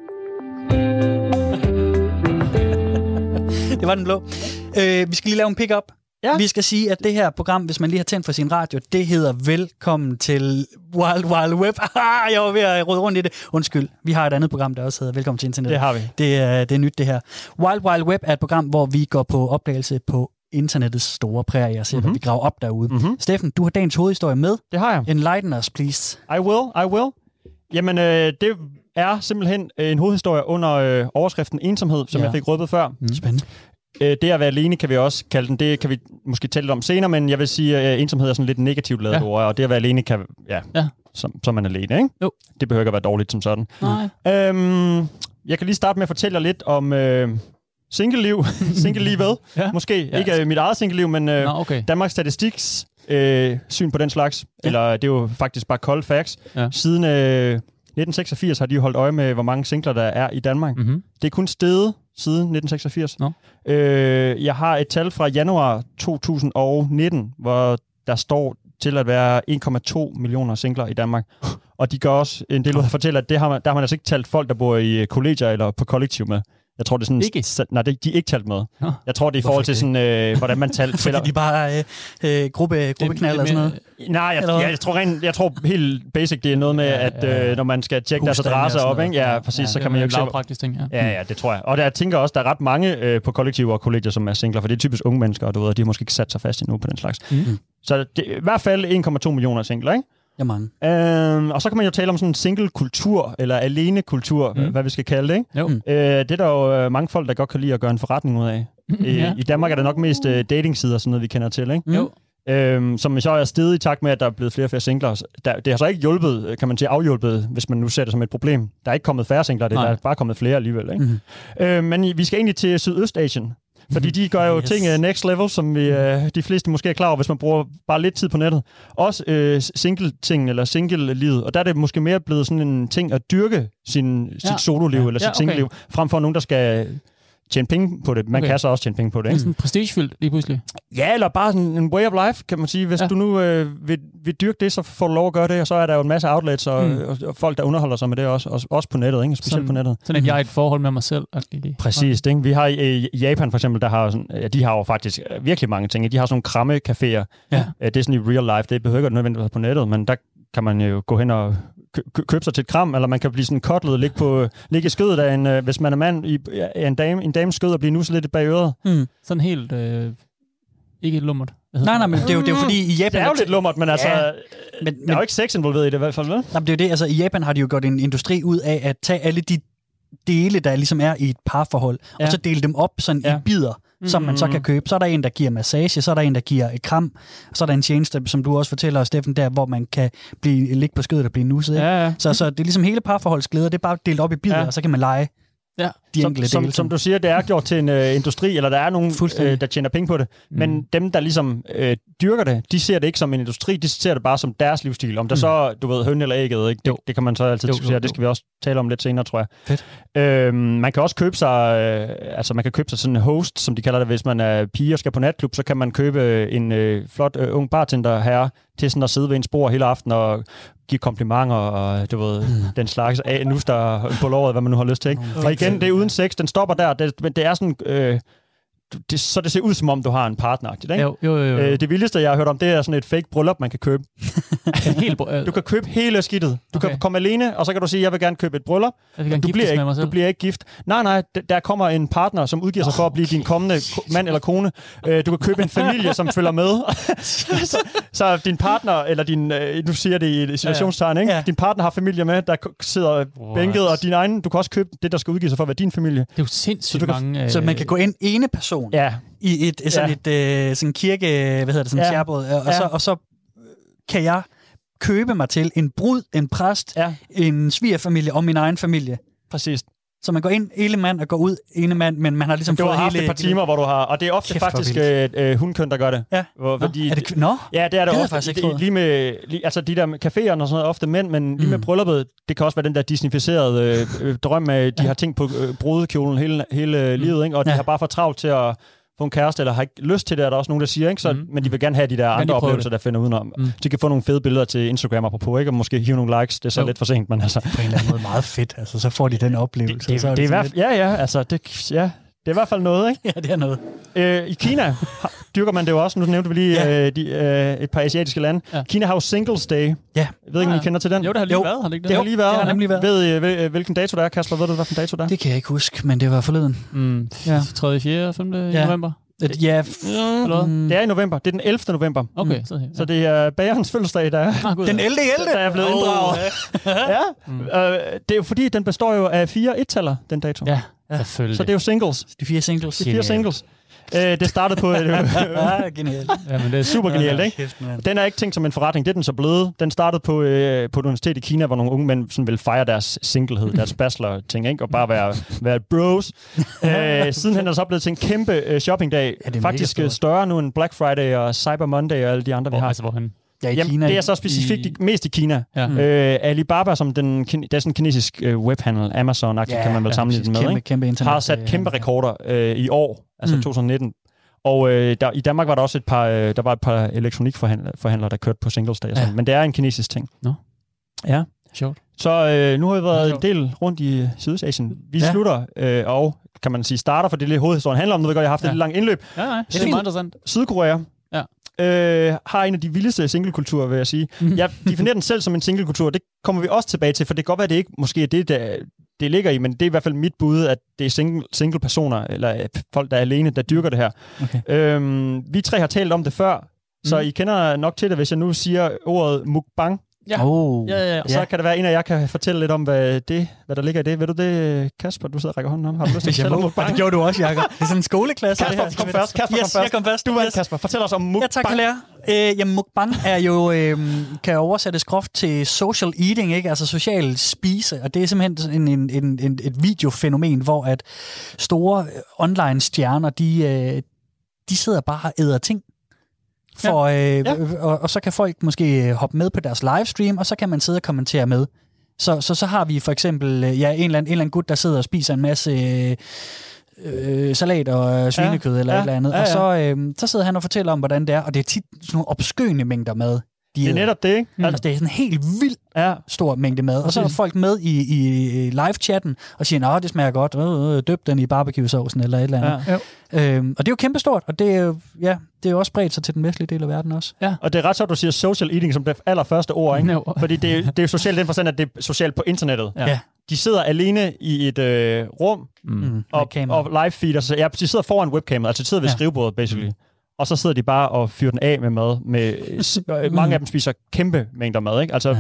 A: Det var den blå. Øh, vi skal lige lave en pick-up. Ja. Vi skal sige, at det her program, hvis man lige har tændt for sin radio, det hedder Velkommen til Wild Wild Web. Jeg var ved at rode rundt i det. Undskyld, vi har et andet program, der også hedder Velkommen til Internet.
C: Det har vi.
A: Det er, det er nyt, det her. Wild Wild Web er et program, hvor vi går på opdagelse på internettets store prærier og ser, mm-hmm. hvad vi graver op derude. Mm-hmm. Steffen, du har dagens hovedhistorie med.
C: Det har jeg.
A: Enlighten us, please.
C: I will, I will. Jamen, øh, det er simpelthen en hovedhistorie under øh, overskriften ensomhed, som ja. jeg fik røbet før.
A: Mm. Spændende.
C: Det at være alene kan vi også kalde den. Det kan vi måske tale om senere, men jeg vil sige, at ensomhed er sådan lidt negativt lavet ja. ord, og det at være alene kan, ja, ja. Som, som man er alene, ikke?
B: Jo.
C: Det behøver ikke at være dårligt som sådan.
B: Nej.
C: Øhm, jeg kan lige starte med at fortælle jer lidt om øh, single-liv. Single-livet. ja. Måske ja. ikke mit eget single-liv, men øh, Nå, okay. Danmarks Statistiks øh, syn på den slags. Ja. Eller det er jo faktisk bare cold facts. Ja. Siden øh, nitten seksogfirs har de holdt øje med, hvor mange singler der er i Danmark. Mm-hmm. Det er kun steget siden nitten seksogfirs. No. Øh, jeg har et tal fra januar to tusind nitten, hvor der står til at være en komma to millioner singler i Danmark. Og de gør også en del ud af at fortælle, at det har man, der har man altså ikke talt folk, der bor i kollegier eller på kollektiv med. Jeg tror, det er sådan...
B: Ikke?
C: S- nej, det, de er ikke talt med. Ja. Jeg tror, det er i forhold til sådan, øh, hvordan man taler...
A: Fordi de bare er øh, gruppe, gruppeknald og sådan noget?
C: Nej, jeg, jeg, jeg, tror rent, jeg tror helt basic, det er noget med, ja, at øh, ja. når man skal tjekke deres adresser op, ikke? Ja, præcis, ja, så kan man jo ikke...
B: Det er praktisk ting, ja.
C: Ja, ja, det tror jeg. Og der, jeg tænker også, der er ret mange øh, på kollektiver og kollegier, som er singler, for det er typisk unge mennesker, og du ved, de har måske ikke sat sig fast endnu på den slags. Mm. Så det, i hvert fald en komma to millioner singler, ikke?
A: Ja, mange.
C: Øhm, og så kan man jo tale om sådan en single-kultur, eller alene-kultur, mm. hvad vi skal kalde det, ikke?
B: Jo.
C: Øh, det er der jo mange folk, der godt kan lide at gøre en forretning ud af. I, ja. I Danmark er der nok mest uh, dating-sider, sådan noget, vi kender til, ikke?
B: Jo.
C: Øhm, som så er steget i takt med, at der er blevet flere og flere singler. Der, det har så ikke hjulpet, kan man sige, afhjulpet, hvis man nu ser det som et problem. Der er ikke kommet færre singler, det er, der er bare kommet flere alligevel, ikke? Mm. Øh, men vi skal egentlig til Sydøstasien. Fordi de gør jo yes. ting uh, next level, som vi, uh, de fleste måske er klar over, hvis man bruger bare lidt tid på nettet. Også uh, single-ting eller single-livet. Og der er det måske mere blevet sådan en ting at dyrke sin, ja. sit sololiv ja. eller sit ja, okay. single-liv, frem for nogen, der skal tjene penge på det. Man okay. kan så også tjene penge på det. Ikke?
B: Sådan prestigefyldt lige pludselig.
C: Ja, eller bare sådan en way of life, kan man sige. Hvis ja. du nu øh, vil, vil dyrke det, så får du lov at gøre det, og så er der jo en masse outlets og, mm. og, og folk, der underholder sig med det også. Også, også på nettet, ikke? Specielt sådan, på nettet.
B: Sådan et jeg et forhold med mig selv.
C: Præcis. Okay. Ikke? Vi har i øh, Japan for eksempel, der har sådan, ja, de har jo faktisk virkelig mange ting. De har sådan nogle kramme-caféer. Ja. Det er sådan i real life. Det behøver ikke nødvendigvis på nettet, men der kan man jo gå hen og kø- købe sig til et kram, eller man kan blive sådan cuddlet, ligge, på, ligge i skødet af en, øh, hvis man er mand, i ja, en dame, en dames skød og blive nusset lidt bag øret.
B: Mm. Sådan helt, øh, ikke helt lummert.
A: Nej, nej, men det er jo, det er jo fordi i Japan...
C: Det er jo lidt lummert, men altså... Ja, men, der er jo ikke sex involveret i det i hvert fald, vel?
A: Nej, det er jo det. Altså, i Japan har de jo gjort en industri ud af at tage alle de dele, der ligesom er i et parforhold, ja. og så dele dem op sådan ja. i bidder, mm-hmm. som man så kan købe. Så er der en, der giver massage, så er der en, der giver et kram, så er der en tjeneste, som du også fortæller, Steffen, der, hvor man kan blive, ligge på skødet og blive nusset. Ikke? Ja, ja. Så, så det er ligesom hele parforholdsglæder, det er bare delt op i bidder, ja. og så kan man lege. Ja, de
C: som, som, som du siger, det er gjort til en uh, industri, eller der er nogen, uh, der tjener penge på det. Mm. Men dem, der ligesom uh, dyrker det, de ser det ikke som en industri, de ser det bare som deres livsstil. Om der mm. så, du ved, høn eller ægget, ikke? Det, det kan man så altid jo, diskutere. Jo, jo. Det skal vi også tale om lidt senere, tror jeg. Fedt. Uh, man kan også købe sig, uh, altså man kan købe sig sådan en host, som de kalder det, hvis man er pige og skal på natklub, så kan man købe en uh, flot uh, ung bartender herre til sådan at sidde ved en spor hele aften og give komplimenter og du ved, mm. den slags af nuster på låret, hvad man nu har lyst til. Ikke? Okay. Og igen, det er uden sex, den stopper der, det, men det er sådan, øh, det, så det ser ud som om, du har en partner. Ikke?
B: Jo, jo, jo, jo.
C: Øh, det vildeste, jeg har hørt om, det er sådan et fake bryllup, man kan købe. Du kan købe hele skidtet. Du okay. kan komme alene, og så kan du sige, jeg vil gerne købe et bryllup.
B: Jeg vil gerne
C: du, bliver ikke,
B: med mig selv.
C: du bliver ikke gift. Nej, nej, der kommer en partner, som udgiver sig oh, for at blive okay. din kommende mand eller kone. Øh, du kan købe en familie, som følger med. så, så din partner, eller din, øh, nu siger det i situationstegn, ikke? Ja. Din partner har familie med, der sidder bænket, og din egen, du kan også købe det, der skal udgive sig for at være din familie.
B: Det er jo sindssygt
A: så
B: mange...
A: Kan, øh... Så man kan gå ind ene person ja. i et sådan ja. et øh, sådan kirke, hvad hedder det, sådan ja. skærbåd, og, ja. så, og så kan jeg købe mig til en brud, en præst, ja. en svigerfamilie og min egen familie.
C: Præcis.
A: Så man går ind ene mand og går ud ene mand, men man har ligesom
C: du
A: fået
C: har haft
A: hele...
C: et par timer, hvor du har... Og det er ofte Kæft, faktisk øh, hundkøn, der gør det.
A: Ja.
C: Hvor,
A: Nå,
C: fordi,
A: er det... Nå?
C: Ja, det er det,
A: det
C: ofte. Faktisk ikke lige med... Lige, altså de der caféerne og sådan noget, ofte mænd, men lige mm. med brylluppet, det kan også være den der disneyficerede øh, drøm af, de ja. har tænkt på øh, brudekjolen hele, hele mm. livet, ikke? Og de ja. har bare for travlt til at få en kæreste, eller har ikke lyst til det, er der også nogen, der siger, ikke? Så, mm. men de vil gerne have de der andre de oplevelser, der finder udenom. Mm. De kan få nogle fede billeder til Instagram apropos, ikke? Og måske hive nogle likes, det er så jo. lidt for sent, men altså...
A: På en eller anden måde meget fedt, altså så får de den oplevelse.
C: Det, det,
A: så
C: det, det er hvert, ja, ja, altså, det, ja, det er i hvert fald noget, ikke?
A: Ja, det er noget.
C: Øh, I Kina dyrker man det jo også, nu nævnte vi lige ja. øh, de, øh, et par asiatiske lande. Ja. Kina har jo Singles Day. Ja. Jeg ved ikke, om I kender til den?
B: Jo, det har lige jo. været, har det ikke det?
C: Det har lige været.
A: Det har nemlig været.
C: Ved I, hvilken dato der er, Kasper? Ved du, hvilken dato der er?
A: Det kan jeg ikke huske, men det var forleden.
B: Mm. Ja. tredje, fjerde, femte ja. november.
A: Ja, f-
C: mm. det er i november. Det er den ellevte november.
B: Okay, så, ja.
C: så det er bagerens fødselsdag, der er,
A: ah, den ellevte
C: der er blevet oh. inddraget. ja. Mm. Uh, det er jo fordi, den består jo af fire et-taller, den dato.
B: Ja, selvfølgelig.
C: Så det er jo singles.
A: De fire singles.
C: De fire singles. Uh, det startede på...
A: ja, genialt.
C: Ja, men det er super genialt, ikke? Kæft, den er ikke tænkt som en forretning, det er den så blevet. Den startede på, uh, på et universitet i Kina, hvor nogle unge mænd sådan ville fejre deres singlehed, deres bachelor-ting, ikke? Og bare være, være bros. uh, sidenhen er det så blevet til en kæmpe uh, shoppingdag. Ja, faktisk større nu end Black Friday og Cyber Monday og alle de andre,
B: hvor,
C: vi har.
B: Altså, hvorhen?
A: Ja, i
C: Jamen,
A: Kina,
C: det er så specifikt i, mest i Kina. Ja. Mm. Øh, Alibaba, som den, det er sådan en kinesisk øh, webhandel, Amazon-agtig, ja, kan man vel sammenligne den med,
A: kæmpe,
C: ikke?
A: Kæmpe internet,
C: har sat kæmpe rekorder øh, i år, altså mm. to tusind nitten. Og øh, der, i Danmark var der også et par, øh, der var et par elektronikforhandlere, der kørte på Singles Day. Ja. Men det er en kinesisk ting.
B: Nå.
C: Ja.
B: Sjovt.
C: Så øh, nu har vi været en del rundt i Sydøstasien. Vi ja. slutter, øh, og kan man sige starter, for det lidt hovedhistorien handler om. Nu ved jeg, jeg har haft ja. et langt indløb.
B: Ja, nej. Det er meget interessant.
C: Sydkorea. Ja. Øh, har en af de vildeste singlekulturer, vil jeg sige. Jeg definerer den selv som en singlekultur. Det kommer vi også tilbage til, for det kan godt være, det ikke måske er det, der, det ligger i, men det er i hvert fald mit bud, at det er single, single personer, eller folk, der er alene, der dyrker det her. Okay. Øhm, vi tre har talt om det før, så mm. I kender nok til det, hvis jeg nu siger ordet mukbang.
B: Ja.
A: Oh.
B: ja, ja, ja.
C: Og så kan det være, en af jer kan fortælle lidt om, hvad, det, hvad der ligger i det. Ved du det, Kasper? Du sidder og rækker hånden om. Har du lyst til at fortælle om mukbang?
A: Det gjorde du også, Jacob. Det er sådan en skoleklasse.
C: Kasper, kom først. Kasper,
A: yes,
C: kom først.
A: Kom først.
C: Du vandt, Kasper. Fortæl os om mukbang.
A: Ja, tak, kan lære. Øh, jamen, mukbang er jo, øh, kan oversættes groft til social eating, ikke? Altså social spise. Og det er simpelthen en, en, en, et videofænomen, hvor at store online stjerner, de, øh, de sidder bare og æder ting. For, ja. Øh, ja. og, og så kan folk måske hoppe med på deres livestream, og så kan man sidde og kommentere med. Så, så, så har vi for eksempel ja, en, eller anden, en eller anden gut, der sidder og spiser en masse øh, salat og svinekød ja. eller ja. et eller andet. Ja, ja. Og så, øh, så sidder han og fortæller om, hvordan det er, og det er tit sådan nogle obskøne mængder mad. De
C: det er netop det, ikke?
A: Mm. Altså, det er sådan en helt vild ja. stor mængde mad. Og så er folk med i, i live-chatten og siger, at det smager godt, øh, øh, døb den i barbecue-saucen eller et eller andet. Ja. Øhm, og det er jo kæmpestort, og det er jo, ja, det er jo også spredt sig til den vestlige del af verden også.
C: Ja. Og det er ret så, at du siger social eating som det allerførste ord, ikke? No. Fordi det er, det er jo socialt den forstand, at det er socialt på internettet. Ja. Ja. De sidder alene i et øh, rum mm. og, og live-feeder sig. Ja, de sidder foran webcamet, altså de sidder ved ja. skrivebordet, basically. Mm. Og så sidder de bare og fyrer den af med mad. Med, mange af dem spiser kæmpe mængder mad, ikke? Altså,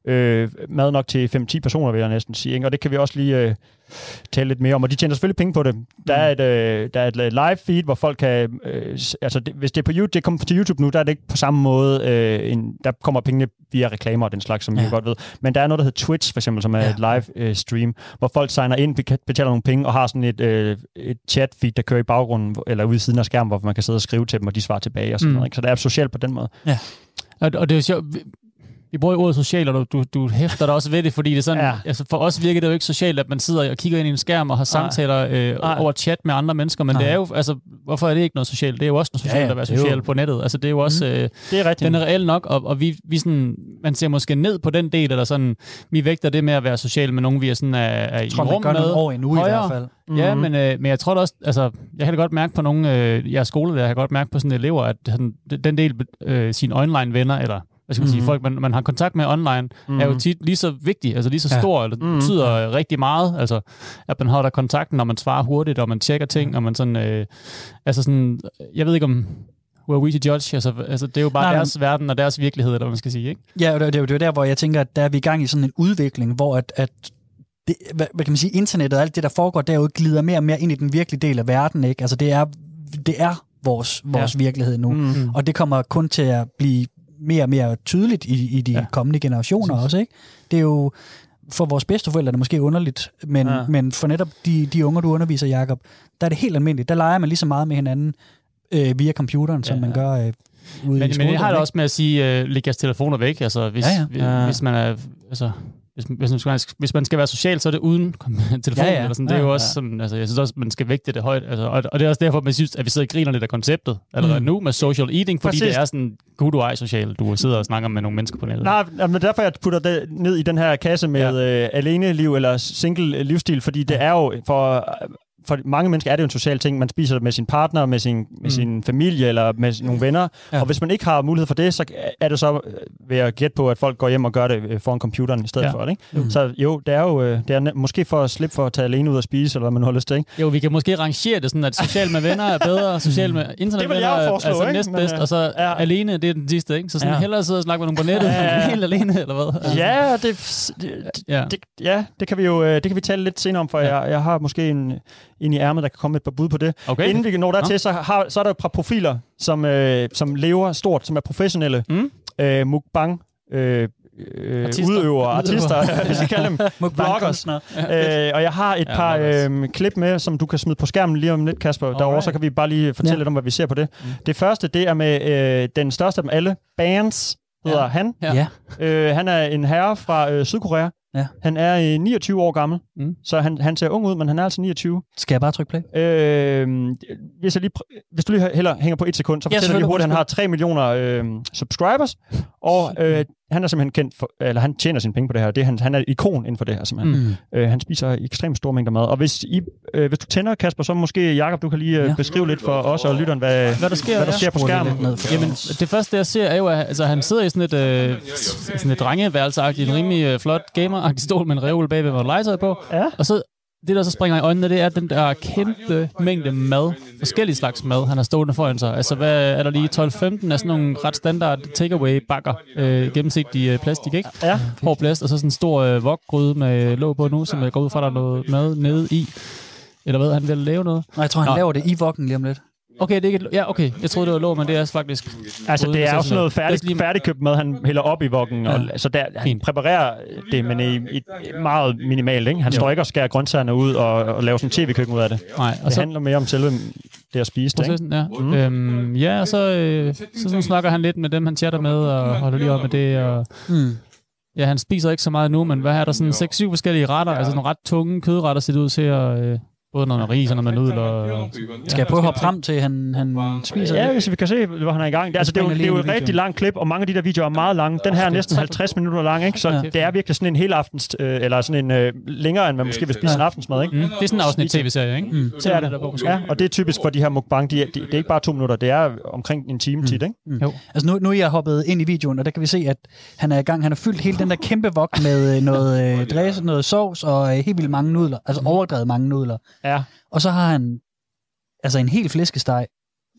C: øh, mad nok til fem til ti personer, vil jeg næsten sige. Ikke? Og det kan vi også lige øh, tale lidt mere om. Og de tjener selvfølgelig penge på det. Der er et, øh, der er et live feed, hvor folk kan... Øh, altså, det, hvis det er på YouTube, det kommer til YouTube nu, der er det ikke på samme måde... Øh, en, der kommer pengene via reklamer og den slags, som ja. I godt ved. Men der er noget, der hedder Twitch, for eksempel, som er ja. et live øh, stream, hvor folk signer ind, betaler nogle penge og har sådan et, øh, et chat-feed, der kører i baggrunden, eller ude i siden af skærmen, hvor man kan sidde og skrive til dem, og de svarer tilbage og sådan mm. noget. Ikke? Så det er socialt på den måde.
B: Ja. Og, og det er jo sjovt... Vi bruger jo ordet socialt, og du, du hæfter dig også ved det, fordi det er sådan, ja. altså for os virker det jo ikke socialt, at man sidder og kigger ind i en skærm og har samtaler øh, over chat med andre mennesker, men Ej. det er jo, altså, hvorfor er det ikke noget socialt? Det er jo også noget socialt ja, ja, at være social jo. på nettet. Altså, det er jo også, øh,
C: det er rigtigt.
B: Den er reelt nok, og, og vi, vi sådan, man ser måske ned på den del, eller sådan, vi vægter det med at være social med nogen, vi er sådan, er, er i
A: tror,
B: rum med.
A: Jeg tror, man gør nogle år endnu højere. I hvert fald.
B: Mm-hmm. Ja, men, øh, men jeg tror da også, altså, jeg kan da godt mærke på nogle, øh, jeg er skolelærer, jeg kan godt mærke på sådan elever, at sådan, den del, øh, sine online-venner, eller hvad skal man sige, mm-hmm. folk, man, man har kontakt med online, mm-hmm. er jo tit lige så vigtig, altså lige så stor, ja. eller det betyder mm-hmm. rigtig meget, altså at man holder kontakten, når man svarer hurtigt, og man tjekker ting, mm-hmm. og man sådan, øh, altså sådan, jeg ved ikke om, who are we to judge, altså, altså det er jo bare Nej, deres men... verden og deres virkelighed, eller hvad man skal sige, ikke?
A: Ja, og det er jo det er der, hvor jeg tænker, at der er vi i gang i sådan en udvikling, hvor at, at det, hvad, hvad kan man sige, internettet og alt det, der foregår derude, glider mere og mere ind i den virkelige del af verden, ikke? Altså det er, det er vores, vores ja. virkelighed nu, mm-hmm. og det kommer kun til at blive mere og mere tydeligt i, i de ja. kommende generationer også, ikke? Det er jo for vores bedsteforældre er det måske underligt, men, ja. men for netop de, de unger, du underviser, Jacob, der er det helt almindeligt. Der leger man lige så meget med hinanden øh, via computeren, som ja, ja. man gør øh, ude
B: men,
A: i skolen.
B: Men jeg har det også med at sige, øh, læg jeres telefoner væk. Altså, hvis, ja, ja. hvis man er... Altså Hvis, hvis, man skal, hvis man skal være social, så er det uden telefonen. Ja, ja. Eller sådan. Det er jo ja, også ja. sådan, altså, jeg synes også, man skal vægte det højt. Altså, og, og det er også derfor, man synes, at vi sidder og griner lidt af konceptet allerede mm. nu med social eating, fordi Præcis. det er sådan, gud du er social, du sidder og snakker med nogle mennesker på nettet. Nej,
C: men derfor jeg putter det ned i den her kasse med ja. øh, alene-liv eller single-livsstil, fordi det er jo for... For mange mennesker er det jo en social ting. Man spiser med sin partner, med sin, med mm. sin familie eller med nogle venner. Ja. Og hvis man ikke har mulighed for det, så er det så ved at gætte på, at folk går hjem og gør det foran computeren i stedet ja. for. Ikke? Mm. Så jo, det er jo det er måske for at slippe for at tage alene ud og spise, eller hvad man holder lyst til. Ikke?
B: Jo, vi kan måske rangere det sådan, at social med venner er bedre, social med internetvenner er altså næstbedst, og så ja. alene, det er den sidste. Ikke? Så sådan ja. hellere sidde og snakke med nogle på nettet, ja. helt alene, eller hvad? Altså.
C: Ja, det, det, ja. Det, ja, det kan vi jo det kan vi tale lidt senere om, for ja. jeg, jeg har måske en... ind i ærmet, der kan komme et par bud på det. Okay. Inden vi når dertil, ja. så, har, så er der jo et par profiler, som, øh, som lever stort, som er professionelle. Mm. Øh, mukbang, øh, øh, artister. udøvere, artister, hvis I kalder dem, bloggers. Øh, og jeg har et ja, par øh, klip med, som du kan smide på skærmen lige om lidt, Kasper. Alright. Derovre, så kan vi bare lige fortælle ja. lidt om, hvad vi ser på det. Mm. Det første, det er med øh, den største af dem alle, Bands, hedder ja. han. Ja. Øh, han er en herre fra øh, Sydkorea. Ja. Han er niogtyve år gammel, mm. så han, han ser ung ud, men han er altså niogtyve.
A: Skal jeg bare trykke play?
C: Øh, hvis, jeg lige pr- hvis du lige heller hænger på et sekund, så fortæller jeg lige hurtigt, at han har tre millioner øh, subscribers, og øh, han er simpelthen kendt for, eller han tjener sine penge på det her. Det er han, han er et ikon inden for det her, simpelthen. Mm. Øh, han spiser ekstremt store mængder mad. Og hvis, I, øh, hvis du tænder, Kasper, så måske, Jacob, du kan lige øh, ja. beskrive lidt for os og lytteren, hvad, hvad der sker, hvad der sker på skærmen.
B: Jamen, det første, jeg ser, er jo, at altså, han sidder i sådan et, øh, sådan et drengeværelsagtigt, en rimelig øh, flot gamer-agtig stol med en reol bagved, hvor legetøj på. Ja. Og så det, der så springer i øjnene, det er den der kæmpe mængde mad. Forskellige slags mad, han har stående foran sig. Altså, hvad er der lige tolv femten af sådan nogle ret standard takeaway-bakker, øh, gennemsigtige plastik, ikke? Ja. Hård plast, og så sådan en stor øh, wokgryde med låg på nu, som jeg går ud fra, der er noget mad nede i. Eller hvad, han vil lave noget?
A: Nej, jeg tror, han Nå. laver det i wokken lige om lidt.
B: Okay, det er ikke et, ja, okay. Jeg troede, det var låg, men det er faktisk...
C: Altså, det er også sådan noget færdig, færdigkøbt mad, han hælder op i wokken. Ja. Og, så der, han præparerer det, men i, i meget minimalt, ikke? Han jo. står ikke og skærer grøntsagerne ud og, og laver sådan en tv-køkken ud af det. Nej, og det så, handler mere om selve det at spise det, ikke?
B: Ja, mm. øhm, ja og så, øh, så, så snakker han lidt med dem, han chatter med, og holder lige op med det, og... Mm. Ja, han spiser ikke så meget nu, men hvad er der sådan seks syv forskellige retter, altså nogle ret tunge kødretter, ser det ud til at... Øh, både noget ris og noget med nudler. Og...
A: Skal jeg prøve at hoppe frem til, han, han spiser
C: ja,
A: det?
C: hvis vi kan se, hvor han er i gang. Det, altså, det er jo, det er jo et rigtig langt klip, og mange af de der videoer er meget lange. Den her er næsten halvtreds minutter lang, ikke? Så ja. det er virkelig sådan en hel aftens, øh, eller sådan en øh, længere, end man måske vil spise ja. en aftensmad, ikke?
B: Mm. Det er sådan også en tv-serie, ikke? Mm.
C: Det er det. Ja, og det er typisk for de her mukbang. De, de, det er ikke bare to minutter, det er omkring en time mm. tit, ikke?
A: Mm. Jo. Altså nu, nu er jeg hoppet ind i videoen, og der kan vi se, at han er i gang. Han har fyldt hele den der kæmpe wok med noget øh, dresse, noget sovs og øh, helt vildt mange nudler. Altså overdrevet mange nudler. Ja. Og så har han altså en hel flæskesteg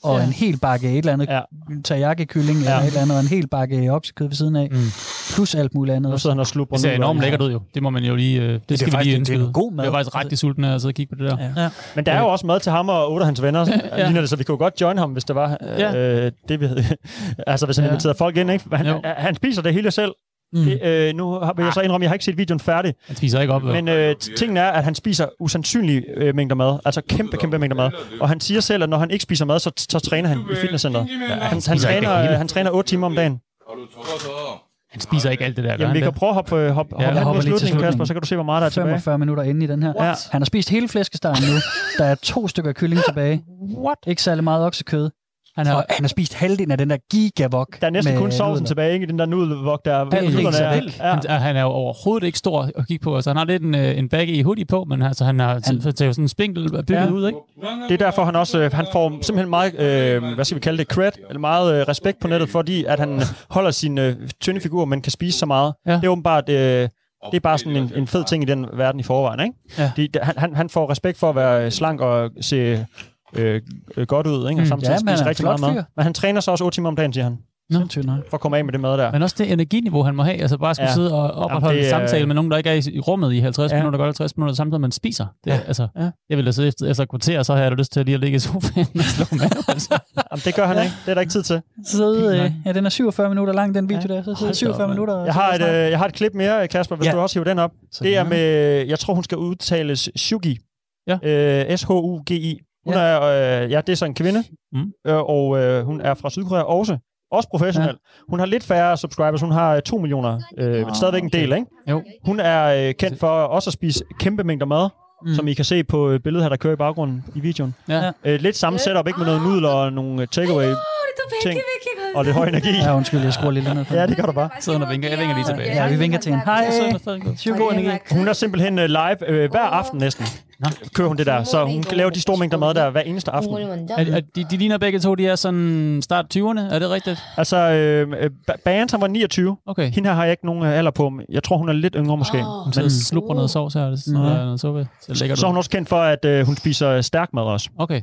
A: og
B: Ja.
A: en hel bakke et eller andet
C: Ja.
A: teriyaki-kylling,
C: Ja.
A: eller et eller andet, og en hel bakke oksekød ved siden af,
B: Mm.
A: plus alt muligt andet.
C: Nu sidder han og slubrer
B: Det ser
C: nudler.
B: enormt lækkert ud jo. Det må man jo lige, øh, det, det skal vi
A: faktisk-
B: lige
A: det er
B: indskyde.
A: noget god mad.
B: Jeg er faktisk rigtig sulten af at sidde og kigge på det der.
A: Ja. Ja.
C: Men der er jo også mad til ham og otte af hans venner,
B: Ja.
C: ligner det, så vi kunne godt join ham, hvis det var
B: Ja.
C: øh, det, vi havde. Altså, hvis han
B: Ja.
C: inviterede folk ind, ikke? Han,
B: Jo.
C: han spiser det hele selv.
A: Mm.
C: Det, øh, nu har- vil jeg så indrømme, at jeg har ikke set videoen færdig.
B: Han spiser ikke op. jo.
C: Men øh, tingen er, at han spiser usandsynlige øh, mængder mad. Altså kæmpe, kæmpe mængder mad. Og han siger selv, at når han ikke spiser mad, så, så træner han i fitnesscenteret. Han, han,
B: spiser ikke
C: træner,
B: det hele.
C: han træner otte timer om dagen.
B: Han spiser ikke alt det der, gør
C: Jamen,
B: han
C: vi kan
B: det?
C: prøve at hoppe, hoppe, hoppe
B: Ja,
C: ja,
B: jeg
C: hen
A: hopper
C: mod
A: lige til
C: slutningen, Kasper,
A: slutningen.
C: så kan du se, hvor meget der er tilbage.
A: femogfyrre minutter inde i den her.
C: Ja.
A: Han har spist hele flæskestegen nu. Der er to stykker kylling tilbage.
B: What?
A: Ikke særlig meget oksekød.
B: Han
A: Og
B: har...
A: han har spist halvdelen af den der gigavok.
C: Der er næsten
A: med
C: kun sovsen
A: nudler.
C: tilbage, ikke? Den der nudelvok, der
A: Den
C: nudlerne
A: ligger
C: er.
A: væk.
C: Ja.
B: Han, han er jo overhovedet ikke stor at kigge på. Altså, han har lidt en, øh, en baggy hoodie på, men altså, han har
A: Han-
B: han, det er jo sådan en spinkel bygget
C: Ja.
B: ja. ud, ikke?
C: Det er derfor, han også øh, han får simpelthen meget, øh, hvad skal vi kalde det, cred, eller meget øh, respekt på nettet, fordi at han holder sin øh, tynde figur, men kan spise så meget.
B: Ja.
C: Det er åbenbart, øh, det er bare sådan en, en fed ting i den verden i forvejen, ikke?
A: Ja.
C: De, de, han, han får respekt for at være slank og se øh, øh, godt ud, ikke? Og
B: Mm.
C: samtidig
A: Ja, men han
C: spise
A: er en
C: rigtig
A: flot
C: meget mad.
A: fyr.
C: Men han træner så også otte timer om dagen, siger han,
A: Sindssygt nok.
C: for at komme af med det mad der.
B: Men også det energiniveau, han må have. Altså bare skulle
C: Ja.
B: ja. sidde og opretholde
C: Jamen,
B: en
C: det er-
B: samtale med nogen, der ikke er i, i rummet i halvtreds
C: Ja.
B: ja. minutter, godt halvtreds minutter, samtidig med man spiser. Det,
A: Ja.
B: ja. Altså,
C: Ja.
B: ja. Jeg vil da sidde efter, efter et kvarter, så har jeg da lyst til at lige at ligge i sofaen og slå mave. Altså.
C: Jamen, det gør han ikke. Det er der ikke tid til.
A: Så, øh,
B: Nej.
A: ja, den er syvogfyrre minutter lang, den video der. Så sidder
B: Hold da
A: syvogfyrre
B: op, mand.
A: minutter. og
C: Jeg
A: så
C: har,
A: er
C: et,
A: det snart.
C: øh, jeg har et klip mere, Kasper, hvis
A: Ja.
C: du også hiver den op.
A: Så
C: Det er
A: ja.
C: med, jeg tror, hun skal udtales Shugi.
B: Ja.
C: Øh, S H U G I. Hun
A: Ja.
C: er, øh, ja, det er så en kvinde,
B: Mm.
C: øh, og øh, hun er fra Sydkorea også. Også professionel. Ja. Hun har lidt færre subscribers. Hun har øh, to millioner. Øh,
A: Ah,
C: stadigvæk en del, ikke?
B: Jo.
C: Hun er øh, kendt for også at spise kæmpe mængder mad,
A: Mm.
C: mm. som I kan se på øh, billedet her, der kører i baggrunden i videoen.
B: Ja.
C: Øh, lidt samme setup, ikke med noget nudler og nogle øh, takeaway ting. Og lidt høj energi.
A: Ja, undskyld, jeg skruer lidt ned på.
C: Ja, det gør du bare.
B: Sidder og vinker. Jeg vinker lige tilbage.
A: Ja, vi vinker til hende. Hej.
B: God energi.
C: Hun er simpelthen øh, live øh, hver aften næsten.
B: Nå.
C: Kører hun det der, så hun laver de store mængder mad der hver eneste aften.
B: Er, er, de, de ligner begge to, de er sådan start tyverne, er det rigtigt?
C: Altså, øh, Ba- Band, han var niogtyve.
B: Okay.
C: Hende her har jeg ikke nogen øh, alder på. Jeg tror, hun er lidt yngre måske.
B: Hun sidder og slubrer noget sovs her, det er sådan
C: Mm.
B: noget, noget suppe. Så lækkert
C: Så er
B: ud.
C: hun også kendt for, at øh, hun spiser stærk mad også.
B: Okay,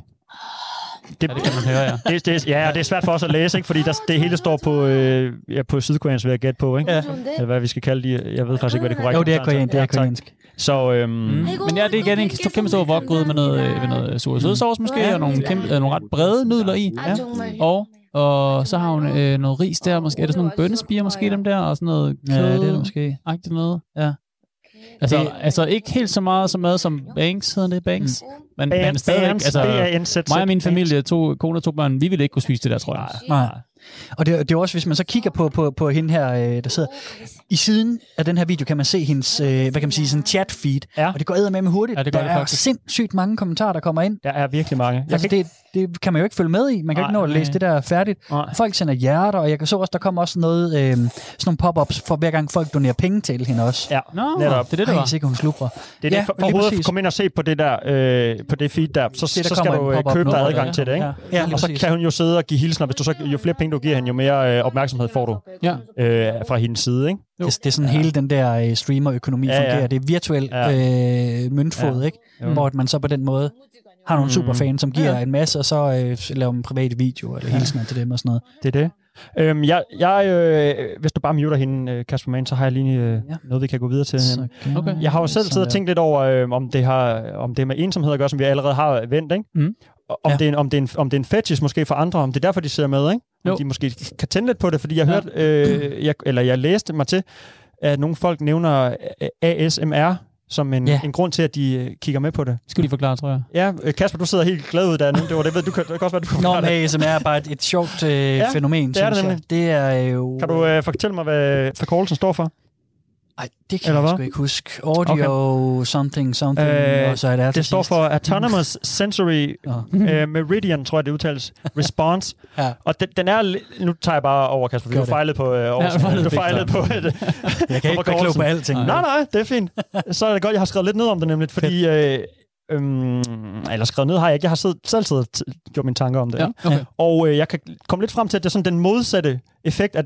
C: Det,
B: ja, det kan man høre, ja.
C: det, det, ja, det er svært for os at læse, ikke? Fordi der, det hele står på, øh, ja, på sydkoreansk, vil jeg gætte på. Ikke?
A: Ja.
C: Eller hvad vi skal kalde de. Jeg ved faktisk ikke, hvad det korrekte
A: Jo, det er koreansk. Det er
C: Ja, tak.
A: koreansk.
C: Så øhm,
B: Mm. Men ja, det er igen en stor, kæmpe stor wokgryde med noget, øh, med noget sur sødsovs måske,
A: Ja.
B: og nogle, kæmpe, øh, nogle ret brede nudler i.
C: Ja.
B: Og, og så har hun øh, noget ris der, måske er det sådan nogle bønnespirer måske, dem der, og sådan noget kød.
A: Ja, det er det måske.
B: Agtigt noget.
A: Ja.
B: Altså,
A: Det-
B: altså ikke helt så meget som mad som Banks, hedder det Banks? Men, men
C: Bands,
B: stadigvæk,
C: bands,
B: altså,
C: B A N Z Z,
B: mig og min
C: bands.
B: familie, to kone og to børn, vi ville ikke kunne spise det der, tror jeg.
A: Nej. Og det, det er jo også, hvis man så kigger på, på, på hende her, øh, der sidder i siden af den her video, kan man se hendes, øh, hvad kan man sige, sådan chat feed.
C: Ja.
A: Og det går eddermame hurtigt.
B: Ja, det gør
A: der
B: det
A: er
B: faktisk.
A: sindssygt mange kommentarer, der kommer ind.
C: Der er virkelig mange. Jeg
A: Altså,
C: kan ikke,
A: det, det kan man jo ikke følge med i. Man kan
C: Nej,
A: ikke nå at læse
B: nej.
A: det der færdigt.
C: Nej.
A: Folk sender hjerter, og jeg kan så også, der kommer også noget, øh, sådan nogle pop-ups, for hver gang folk donerer penge til hende også.
C: ja,
B: Nå,
C: netop.
B: det er det, det
A: Ej,
B: var.
A: sikkert hun slubrer.
C: Det er det,
A: Ja,
C: for, for
A: lige
C: overhovedet
A: præcis.
C: at komme ind og se på det der, øh, på det feed der, så,
A: Det, der
C: så skal
A: kommer
C: du
A: en
C: øh,
A: pop-up
C: købe dig
A: nu.
C: adgang
B: Ja.
C: til det, ikke?
A: Ja, ja, lige
C: Og så
A: præcis.
C: kan hun jo sidde og give hilsner, hvis du så, jo flere penge du giver hende, jo mere øh, opmærksomhed får du
B: Ja.
C: øh, fra hendes side, ikke?
B: Jo.
A: Det, det er sådan hele den der øh, streamer-økonomi
C: Ja, ja.
A: fungerer. Det er virtuel
C: Ja.
A: øh, møntfod,
C: Ja.
A: ikke?
C: Jo.
A: Hvor man så på den måde har nogle
C: Mm.
A: superfans, som giver
C: Ja.
A: en masse, og så øh, laver man private videoer eller hilsner til dem og sådan noget.
C: Det er det. Øhm, jeg, jeg, øh, hvis du bare muter hende, øh, Kasper Mann, så har jeg lige øh,
A: Ja.
C: noget, vi kan gå videre til.
A: Så,
C: hende.
B: Okay.
C: Jeg har jo selv
A: sådan
C: siddet og
A: der.
C: tænkt lidt over, øh, om, det har, om det med ensomhed at gøre, som vi allerede har vendt, ikke?
B: Mm.
C: Og Om,
A: Ja.
C: det er en, om, det er en, om det er en fetish måske for andre, om det er derfor, de sidder med, ikke? Om
B: Jo.
C: de måske kan tænde lidt på det, fordi jeg
B: Ja.
C: hørte, øh, jeg, eller jeg læste mig til, at nogle folk nævner øh, A S M R som en,
A: Ja.
C: en grund til, at de øh, kigger med på det.
B: Det skal du lige forklare, tror jeg.
C: Ja, øh, Kasper, du sidder helt glad ud der nu. Det var det, ved du kan, det kan også være, du kunne
A: Nå,
C: forklare det.
A: men A S M R er bare et, et sjovt øh, ja, fænomen,
C: det er det
A: synes jeg.
C: nemlig.
A: Det er jo...
C: Kan du øh, fortælle mig, hvad forkortelsen står for?
A: Ej, det kan
C: Eller
A: jeg
C: hvad?
A: sgu ikke huske. Audio okay. something, something,
C: Øh,
A: og så er det her til
C: Det står
A: sidst.
C: for Autonomous Sensory
A: Nå.
C: øh, Meridian, tror jeg, det udtales. Response.
A: Ja.
C: Og den, den er... li- Nu tager jeg bare over, Kasper. Vi
A: Gør
C: har
A: det.
C: fejlet på øh,
B: Ja,
C: oversættelsen.
B: fejlet
C: Du fejlede
B: big
C: på
B: time.
C: det.
A: Jeg kan ikke være klog på alting.
B: Nej.
C: Nej, nej, det er fint. Så er det godt, jeg har skrevet lidt ned om det nemlig, fordi... Øh, øhm, eller skrevet ned har jeg ikke. Jeg har siddet, selv siddet og t- gjort mine tanker om det.
B: Ja,
C: Ikke?
B: okay.
C: Og øh, jeg kan komme lidt frem til, at det er sådan den modsatte effekt af den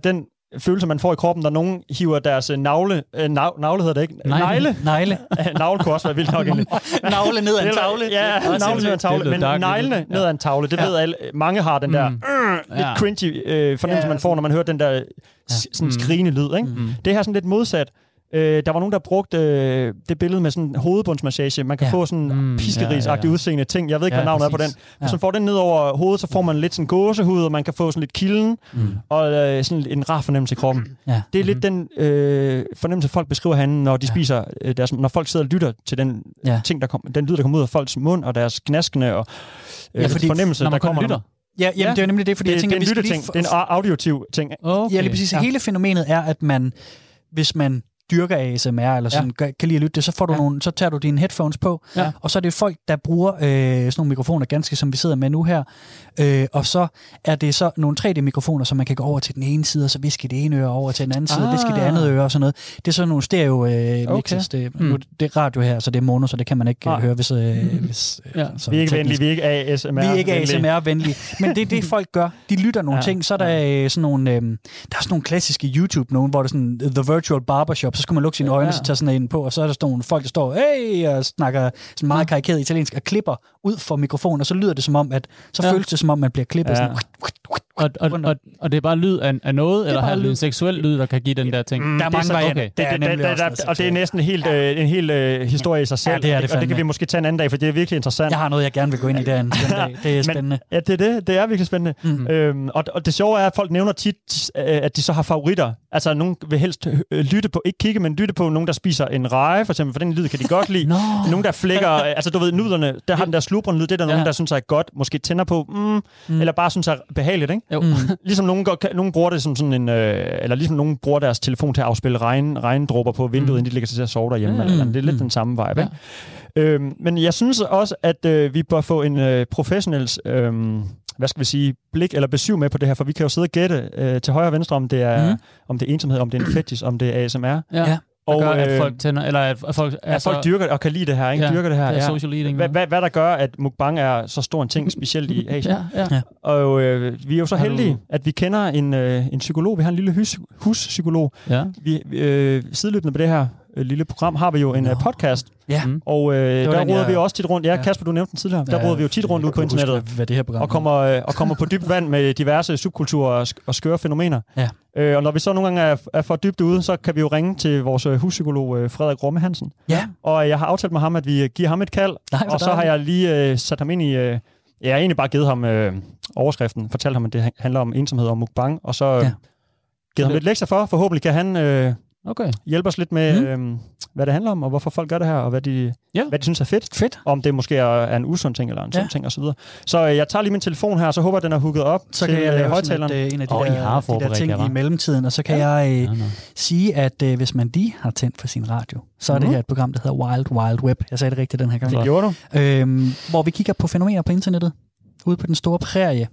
C: følelser, man får i kroppen, når nogen hiver deres navle... Øh, nav, navle hedder det ikke?
A: Negle. Negle.
C: Navle kunne også være vildt nok egentlig.
A: Navle ned ad en tavle.
C: Ja, navle ned ad en tavle, men neglene ned ad en tavle, det ja. ved alle. Mange har den der mm. øh, lidt cringy øh, fornemmelse, ja, man får, når man hører den der ja. sådan skrigende lyd. Ikke? Mm. Det her er sådan lidt modsat. Øh, der var nogen, der brugte øh, det billede med sådan en hovedbundsmassage. Man kan ja. få sådan mm, piskerisagtigt ja, ja. udseende ting. Jeg ved ikke, ja, hvad navnet præcis. er på den. Hvis man får den ned over hovedet, så får man lidt sådan gåsehud, og man kan få sådan lidt kilden, mm. og øh, sådan en rar fornemmelse i kroppen. Ja. Det er lidt den øh, fornemmelse, folk beskriver herinde, når de ja. spiser øh, deres, når folk sidder og lytter til den ja. ting, der kom, den lyd, der kommer ud af folks mund, og deres gnaskende og øh, ja, fordi, fornemmelse, der kommer.
B: Lytter.
A: Ja, jamen, ja, det er nemlig det, fordi
C: det,
A: jeg tænker,
C: det er en lytteting.
A: F-
C: det er en audiotiv ting.
A: Okay. Ja, lige præcis. Ja. Hele fænomenet er, at man, hvis man dyrker A S M R, eller sådan, ja. kan lide at lytte det, så, får du ja. nogle, så tager du dine headphones på, ja. og så er det folk, der bruger øh, sådan nogle mikrofoner, ganske som vi sidder med nu her, øh, og så er det så nogle tre D-mikrofoner, som man kan gå over til den ene side, og så viske det ene øre over til den anden side, ah. og viske det andet øre og sådan noget. Det er sådan nogle stereo-mixes. Øh, okay. det, mm. nu, det er radio her, så det er mono, så det kan man ikke ah. høre, hvis... Øh, hvis øh,
C: ja. Vi er ikke venlige, vi er ikke A S M R.
A: Vi er ikke A S M R-venlige, men det er det, folk gør. De lytter nogle ja. ting, så er der øh, sådan nogle... Øh, der er sådan nogle klassiske YouTube, nogen, hvor der er sådan The Virtual Barbershop, så skal man lukke sine øjne, ja. så tager sådan en på, og så er der sådan nogle folk, der står hey, og snakker sådan meget karikeret italiensk, og klipper ud for mikrofonen, og så lyder det som om, at så ja. føles det som om, man bliver klippet ja. sådan.
B: Og, og, og, og det er bare lyd af, af noget, eller har det en seksuel lyd, der kan give den der ting?
A: Mm, der er mange varianter. Okay.
C: Det, det, det, det, det, og det er næsten helt, ja. øh, en hel øh, historie i sig selv, ja, det er det, og det kan vi måske tage en anden dag, for det er virkelig interessant.
A: Jeg har noget, jeg gerne vil gå ind i den, den dag. Det er spændende. Men,
C: ja, det er det. Det er virkelig spændende. Mm-hmm. Øhm, og, og det sjove er, at folk nævner tit, at de så har favoritter. Altså, nogen vil helst lytte på, ikke kigge, men lytte på nogen, der spiser en reje, for eksempel, for den lyd kan de godt lide. No. Nogen, der flækker, altså du ved, nuderne, der har den der slubrende lyd, det er der ja. nogen, der synes er godt, måske tænder på, mm, mm. eller bare synes er behageligt, ikke? Jo. Mm. Ligesom nogen, går, nogen bruger det som sådan en, øh, eller ligesom nogen bruger deres telefon til at afspille regn, regndråber på vinduet, mm. inden de ligger sig til at sove derhjemme. Mm. Eller, det er lidt mm. den samme vibe, ikke? Ja. Øhm, men jeg synes også, at øh, vi bør få en øh, professionels, øh, hvad skal vi sige, blik eller besøg med på det her, for vi kan jo sidde og gætte øh, til højre og venstre, om det er, mm. om det er ensomhed, om det er en fetish, om det er A S M R.
B: Ja. Og gør, at folk tænder, eller at folk,
C: at altså, folk dyrker og kan lide det her, ikke?
B: Ja,
C: dyrker det her.
B: Det er social eating.
C: Hvad, hvad, hvad der gør, at mukbang er så stor en ting, specielt i Asien.
B: Ja, ja.
C: Og øh, vi er jo så heldige, at vi kender en, øh, en psykolog. Vi har en lille hus, huspsykolog. Ja. Vi, øh, sideløbende på det her øh, lille program har vi jo en øh, podcast. Ja. Og øh, der råder jeg... vi også tit rundt. Ja, Kasper, du nævnte den tidligere. Der ja, råder vi jo tit rundt ud på internettet.
A: Huske, hvad det her program
C: og kommer, øh, og kommer på dybt vand med diverse subkulturer og skøre fænomener. Ja. Øh, og når vi så nogle gange er, er for dybt ude, så kan vi jo ringe til vores huspsykolog øh, Frederik Romme Hansen. Ja. Og jeg har aftalt med ham, at vi giver ham et kald. Nej, og så har jeg lige øh, sat ham ind i... Øh, jeg har egentlig bare givet ham øh, overskriften, fortalt ham, at det handler om ensomhed og mukbang, og så øh, ja. givet ham lidt lektier for. Forhåbentlig kan han øh, okay. hjælpe os lidt med, mm. øh, hvad det handler om, og hvorfor folk gør det her, og hvad de, ja. hvad de synes er fedt. fedt. Om det måske er, er en usund ting, eller en ja. sund ting, osv. Så, så øh, jeg tager lige min telefon her, så håber jeg, den er hooket op
A: så
C: til
A: kan jeg
C: højtaleren.
A: Et, en af de, oh, der, de der ting i mellemtiden, og så kan ja. jeg øh, ja, no. sige, at øh, hvis man lige har tændt for sin radio, så er mm. det her et program, der hedder Wild Wild Web. Jeg sagde det rigtigt den her gang.
C: Det gjorde du.
A: Øhm, hvor vi kigger på fænomener på internettet, ude på den store prærie.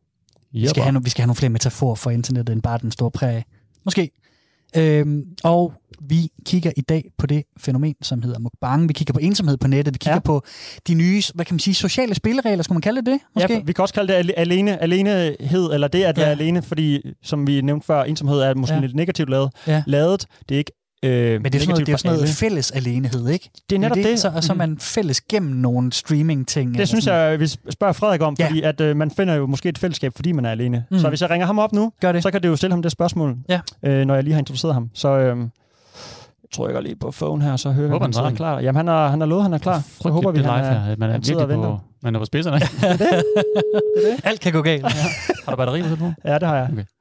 A: Vi skal, have no- vi skal have nogle flere metaforer for internettet, end bare den store prærie. Måske. Øhm, og vi kigger i dag på det fænomen, som hedder mukbang. Vi kigger på ensomhed på nettet. Vi kigger ja. på de nye, hvad kan man sige, sociale spilleregler. Skulle man kalde det det? Måske?
C: Ja, vi kan også kalde det alene, alenehed, eller det at være ja. alene, fordi, som vi nævnte før, ensomhed er måske ja. lidt negativt lavet. Ja. lavet. Det er ikke Øh,
A: Men det er sådan noget, det er sådan noget fælles alenehed, ikke?
C: Det er netop det. det.
A: Så, og så er man fælles gennem nogle streaming-ting.
C: Det synes jeg, vi spørger Frederik om, ja. fordi at, øh, man finder jo måske et fællesskab, fordi man er alene. Mm. Så hvis jeg ringer ham op nu, så kan det jo stille ham det spørgsmål, ja. øh, når jeg lige har introduceret ham. Så øh, jeg tror jeg går lige på phone her, så hører jeg, han er klar. Jamen, han har, han har lovet, han er klar. Så håber vi, han er,
B: her. Man er virkelig på, man er på spidserne.
A: det er det. det er det. Alt kan gå galt. Ja.
B: Har du batteri på telefonen?
C: Ja, det har jeg.
B: Okay.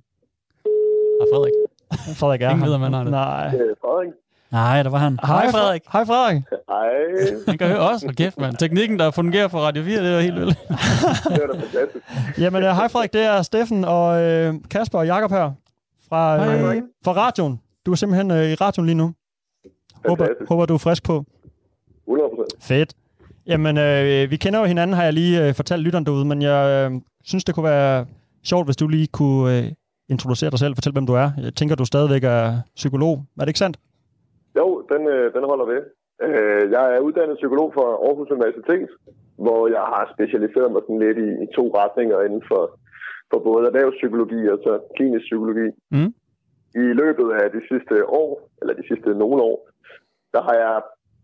B: Har Frederik?
C: Frederik er
B: Ingen han.
C: Ved, Nej.
D: Frederik.
A: Nej, der var han.
C: Hej Frederik. Hej Frederik.
D: Hej.
B: Han kan høre os. Hold kæft, mand. Teknikken, der fungerer for Radio fire, det er helt vildt.
D: Det er da fantastisk.
C: Jamen, uh, hej Frederik. Det er Steffen og øh, Kasper og Jakob her fra, øh, fra radioen. Du er simpelthen øh, i radioen lige nu. Håber, håber, du er frisk på.
D: hundrede procent.
C: Fedt. Jamen, øh, vi kender jo hinanden, har jeg lige øh, fortalt lytteren derude, men jeg øh, synes, det kunne være sjovt, hvis du lige kunne... Øh, introducere dig selv, fortæl, hvem du er. Jeg tænker, du stadigvæk er psykolog. Er det ikke sandt?
D: Jo, den, den holder ved. Jeg er uddannet psykolog fra Aarhus Universitet, hvor jeg har specialiseret mig sådan lidt i, i to retninger inden for for både erhvervspsykologi og så klinisk psykologi.
B: Mm.
D: I løbet af de sidste år, eller de sidste nogle år, der har jeg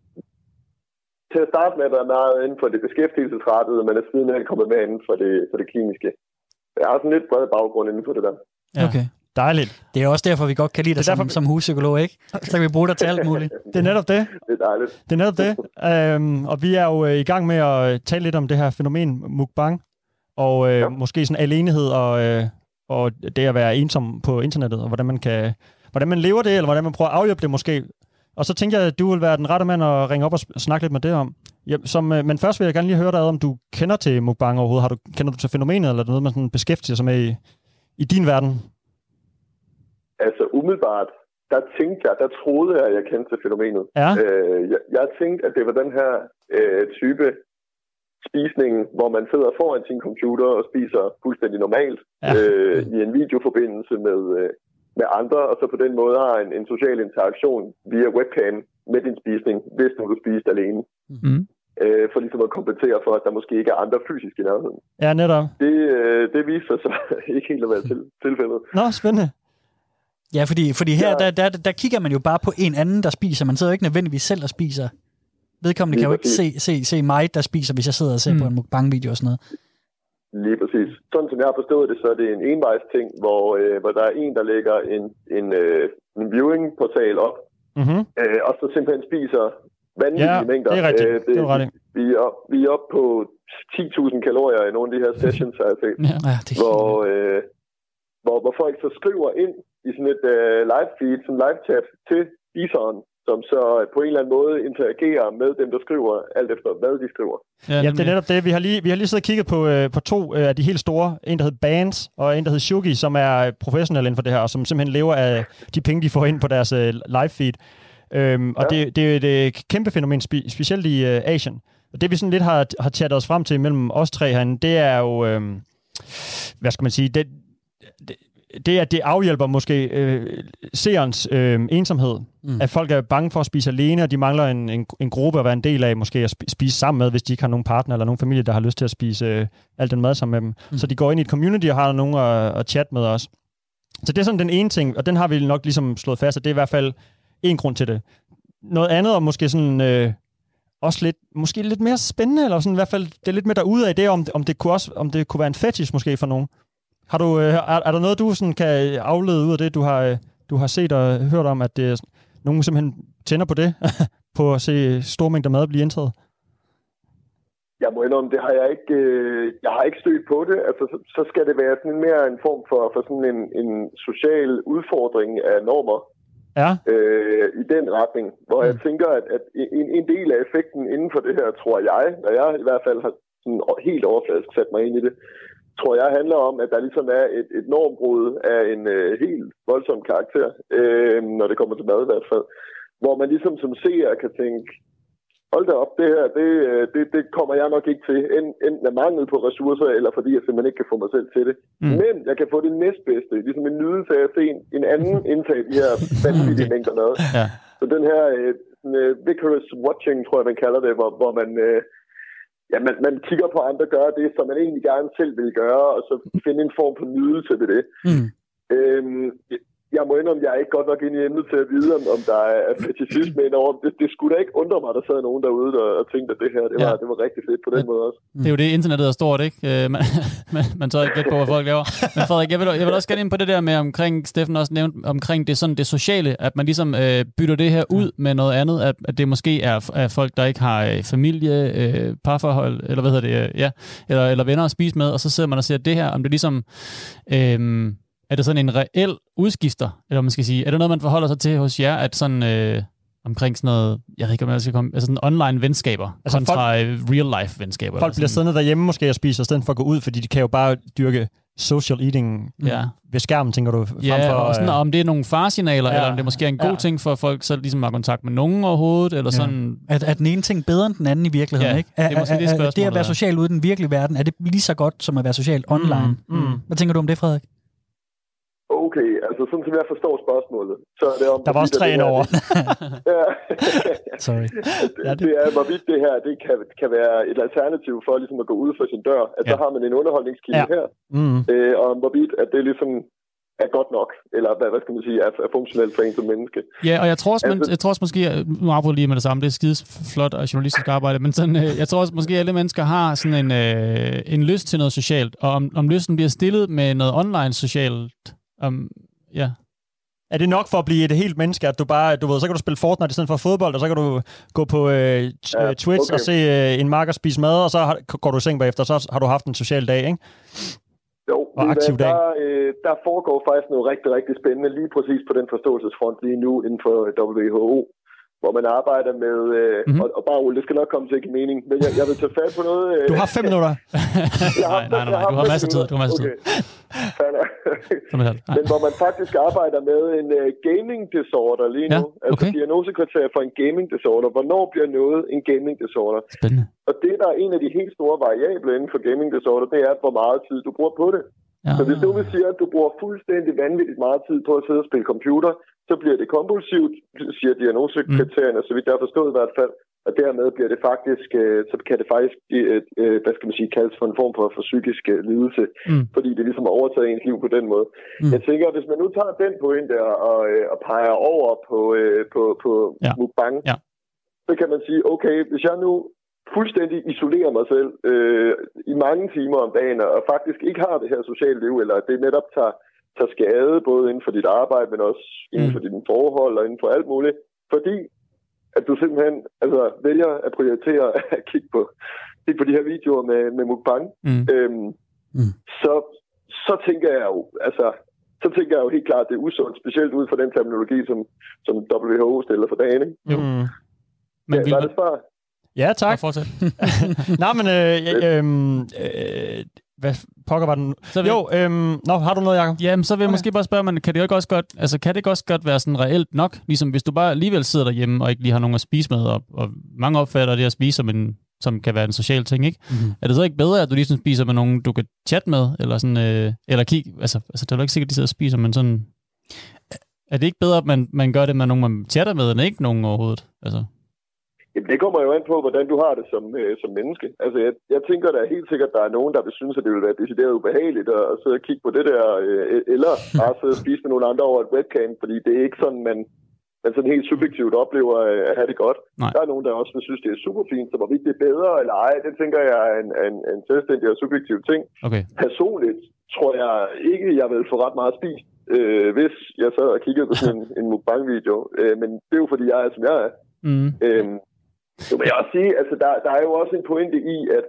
D: til at starte med været meget inden for det beskæftigelsesrettede, men er siden af kommet med inden for det, for det kliniske. Jeg har sådan lidt bred baggrund inden for det der.
C: Ja. Okay. Dejligt.
A: Det er også derfor, vi godt kan lide dig som, som huspsykolog, ikke? Så kan vi bruge dig til alt muligt.
C: Det er netop det.
D: Det er dejligt.
C: Det er netop det. Øhm, og vi er jo i gang med at tale lidt om det her fænomen mukbang, og øh, ja. måske sådan alenehed og, øh, og det at være ensom på internettet, og hvordan man kan, hvordan man lever det, eller hvordan man prøver at afhjælpe det måske. Og så tænker jeg, at du vil være den rette mand at ringe op og snakke lidt med det om. Ja, som, men først vil jeg gerne lige høre dig, om du kender til mukbang overhovedet. Har du, kender du til fænomenet, eller er det noget, man sådan beskæftiger sig med i, i din verden?
D: Altså umiddelbart, der tænkte jeg, der troede jeg, at jeg kendte til fænomenet.
C: Ja.
D: Øh, jeg, jeg tænkte, at det var den her øh, type spisning, hvor man sidder foran sin computer og spiser fuldstændig normalt ja. øh, i en videoforbindelse med, øh, med andre, og så på den måde har en, en social interaktion via webcam med din spisning, hvis du vil spise alene.
B: Mm.
D: Øh, for ligesom at kompensere for, at der måske ikke er andre fysiske i nærheden.
C: Ja, netop.
D: Det, øh, det viser sig så ikke helt at være til, tilfældet.
C: Nå, spændende.
A: Ja, fordi, fordi her, ja. Der, der, der kigger man jo bare på en anden, der spiser. Man sidder jo ikke nødvendigvis selv og spiser. Vedkommende kan jo ikke se, se, se mig, der spiser, hvis jeg sidder og ser mm. på en mukbang-video og sådan noget.
D: Lige præcis. Sådan som jeg har forstået det, så er det en envejs ting, hvor, øh, hvor der er en, der lægger en, en, øh, en viewing-portal op,
C: mm-hmm.
D: øh, og så simpelthen spiser vanvittige
C: ja,
D: mængder.
C: det er rigtigt.
D: Øh, det,
C: det er rigtigt.
D: Vi er op, vi er op på ti tusind kalorier i nogle af de her sessions, har jeg set,
A: ja, det
D: hvor, øh, hvor, hvor folk så skriver ind i sådan et uh, live feed, sådan live chat til spiseren, som så på en eller anden måde interagerer med dem, der skriver, alt efter hvad de skriver.
C: Ja, ja det er netop det. Vi har lige, vi har lige siddet og kigget på, øh, på to øh, af de helt store. En, der hedder Bands, og en, der hedder Shugi, som er professionelle inden for det her, og som simpelthen lever af de penge, de får ind på deres øh, live feed. Øhm, og ja. det, det er et kæmpe fænomen, spe, specielt i øh, Asien. Og det, vi sådan lidt har, har chattet os frem til mellem os tre herinde, det er jo, øh, hvad skal man sige, det, det det, at det afhjælper måske øh, seerens øh, ensomhed. Mm. At folk er bange for at spise alene, og de mangler en, en, en gruppe at være en del af, måske at spise sammen med, hvis de ikke har nogen partner eller nogen familie, der har lyst til at spise øh, alt den mad sammen med dem. Mm. Så de går ind i et community og har nogen at, at chatte med os. Så det er sådan den ene ting, og den har vi nok ligesom slået fast, at det er i hvert fald en grund til det. Noget andet, og måske sådan... Øh, også lidt, måske lidt mere spændende, eller sådan i hvert fald, det er lidt mere derude af det, om, om, det kunne også, om det kunne være en fetish måske for nogen. Har du, er, er der noget, du sådan kan aflede ud af det, du har, du har set og hørt om, at det er, nogen simpelthen tænder på det, på at se store mængder mad blive indtaget?
D: Jeg må indrømme, det har jeg ikke, jeg har ikke stødt på det. Altså, så, så skal det være sådan mere en form for, for sådan en, en social udfordring af normer.
C: Ja.
D: Øh, i den retning, hvor mm. jeg tænker, at, at en, en del af effekten inden for det her, tror jeg, når jeg i hvert fald har sådan helt overfladisk sat mig ind i det, tror jeg handler om, at der ligesom er et, et normbrud af en øh, helt voldsom karakter, øh, når det kommer til mad i hvert fald, hvor man ligesom som seer kan tænke, hold da op, det her, det, det, det kommer jeg nok ikke til, enten af mangel på ressourcer, eller fordi jeg simpelthen ikke kan få mig selv til det. Mm. Men jeg kan få det næstbedste, ligesom en nydelse af at se en, en anden indtage de her vanvittige mængder mad. Ja. Så den her uh, vigorous watching, tror jeg, man kalder det, hvor, hvor man, uh, ja, man, man kigger på andre gøre det, som man egentlig gerne selv vil gøre, og så finde en form for nydelse ved det. Mm. Øhm, Jeg må indrømme, jeg er ikke godt nok inde i emnet til at vide, om, om der er fetishisme indover. Det, det skulle da ikke undre mig, at der sad nogen derude og, og tænkte, at det her det var, ja. det var rigtig fedt på den
B: det,
D: måde også.
B: Det er jo det, internettet er stort, ikke? Man, man, man tør ikke gætte på, hvad folk laver. Men Frederik, jeg vil, jeg vil også gerne ind på det der med omkring, Steffen også nævnte, omkring det, sådan det sociale, at man ligesom øh, bytter det her ud med noget andet, at, at det måske er, er folk, der ikke har øh, familie, øh, parforhold, eller hvad hedder det, øh, ja, eller, eller venner at spise med, og så sidder man og ser det her, om det ligesom... Øh, Er det sådan en reel udskifter, eller man skal sige? Er det noget, man forholder sig til hos jer, at sådan øh, omkring sådan noget, jeg ved ikke, om jeg skal komme, altså sådan online venskaber, altså kontra folk, real-life venskaber?
C: Folk bliver siddende derhjemme måske og spiser, i stedet for at gå ud, fordi de kan jo bare dyrke social eating ja. ved skærmen, tænker du? Frem
B: ja,
C: for,
B: og sådan, øh, om det er nogle farsignaler, ja, eller om det måske er en god ja. ting for folk, så ligesom har kontakt med nogen overhovedet, eller ja. sådan...
A: Er, er den ene ting bedre end den anden i virkeligheden,
B: ja,
A: ikke? Er,
B: det er måske
A: er,
B: det spørgsmål.
A: Det at være social ude i den virkelige verden, er det lige så godt som at være social online? Mm, mm. Hvad tænker du om det, Frederik?
D: okay, altså sådan som jeg forstår spørgsmålet, så er det om...
C: Der var også tre ind over.
D: Ja.
A: Sorry.
D: det, det er, hvorvidt det her det kan, kan være et alternativ for ligesom at gå ud for sin dør. At ja. Så har man en underholdningskilde ja. her, mm. øh, og hvorvidt at det ligesom er godt nok, eller hvad, hvad skal man sige, er, er funktionelt for en som menneske.
B: Ja, og jeg tror også, man, altså, jeg tror også måske, nu afbryder lige med det samme, det er skide flot og journalistisk arbejde, men sådan, øh, jeg tror også måske, at alle mennesker har sådan en, øh, en lyst til noget socialt, og om, om lysten bliver stillet med noget online socialt, um, ja.
C: Er det nok for at blive et helt menneske, at du bare, du ved, så kan du spille Fortnite i stedet for fodbold, og så kan du gå på øh, ja, Twitch okay. og se øh, en marker spise mad, og så har, går du i seng bagefter, og så har du haft en social dag, ikke?
D: Jo,
C: og aktiv dag.
D: Der, øh, der foregår faktisk noget rigtig, rigtig spændende lige præcis på den forståelsesfront lige nu inden for W H O, hvor man arbejder med, øh, mm-hmm. og, og bare Ole, det skal nok komme til at give mening, men jeg, jeg vil tage fat på noget... Øh,
C: du har fem minutter.
B: har, nej, nej, nej, nej, du har masser af tid, du har masser af tid.
D: Okay. Men hvor man faktisk arbejder med en uh, gaming disorder lige nu, ja, okay. altså diagnosekriterier for en gaming disorder. Hvornår bliver noget en gaming disorder?
B: Spændende.
D: Og det, der er en af de helt store variabler inden for gaming disorder, det er, hvor meget tid du bruger på det. Ja. Så hvis du vil sige, at du bruger fuldstændig vanvittigt meget tid på at sidde og spille computer, så bliver det kompulsivt, siger diagnosekriterierne, mm. så vidt jeg har forstået i hvert fald. Og dermed bliver det faktisk, så kan det faktisk, hvad skal man sige, kaldes for en form for, for psykisk lidelse, mm. fordi det ligesom har overtaget ens liv på den måde. Mm. Jeg tænker, at hvis man nu tager den point der og, og peger over på, på, på ja. mukbang, ja. så kan man sige, okay, hvis jeg nu fuldstændig isolerer mig selv øh, i mange timer om dagen, og faktisk ikke har det her sociale liv, eller at det netop tager, tager skade, både inden for dit arbejde, men også inden for mm. dine forhold og inden for alt muligt, fordi at du simpelthen altså, vælger at prioritere at kigge på, kigge på de her videoer med, med mukbang, mm. Øhm, mm. så, så tænker jeg jo, altså, så tænker jeg jo helt klart, at det er usundt, specielt ud fra den terminologi, som, som W H O stiller for dagen, ikke?
B: Jo. Mm. Men
D: ja,
B: vil
D: var det svar?
C: Ja, tak. Nå, men øh, øh, øh, hvad pokker var den?
B: Så vil...
C: Jo, øh, nå, har du noget, Jacob?
B: Jamen, så vil jeg okay. måske bare spørge, man, kan det ikke også godt, altså kan det ikke også godt være sådan reelt nok, ligesom hvis du bare alligevel sidder derhjemme og ikke lige har nogen at spise med, og, og mange opfatter det at spise som en, som kan være en social ting, ikke? Mm-hmm. Er det så ikke bedre, at du ligesom spiser med nogen, du kan chatte med, eller sådan, øh, eller kigge, altså, altså det er jo ikke sikkert, at de sidder og spiser, men sådan, er det ikke bedre, at man, man gør det med nogen, man chatter med, end ikke nogen overhovedet, altså?
D: Jamen, det kommer jo an på, hvordan du har det som, øh, som menneske. Altså, jeg, jeg tænker da helt sikkert, at der er nogen, der vil synes, at det vil være decideret ubehageligt at, at sidde og kigge på det der, øh, eller bare sidde og spise med nogle andre over et webcam, fordi det er ikke sådan, man, man sådan helt subjektivt oplever øh, at have det godt. Nej. Der er nogen, der også vil synes, det er super fint, så hvorvidt det er bedre eller ej, det tænker jeg er en, en, en selvstændig og subjektiv ting.
B: Okay.
D: Personligt tror jeg ikke, jeg vil få ret meget spist, øh, hvis jeg så og kiggede på sådan en, en mukbang-video. Øh, men det er jo, fordi jeg er, som jeg er. Mm. Øh, Så vil jeg også sige, altså der, der er jo også en pointe i, at,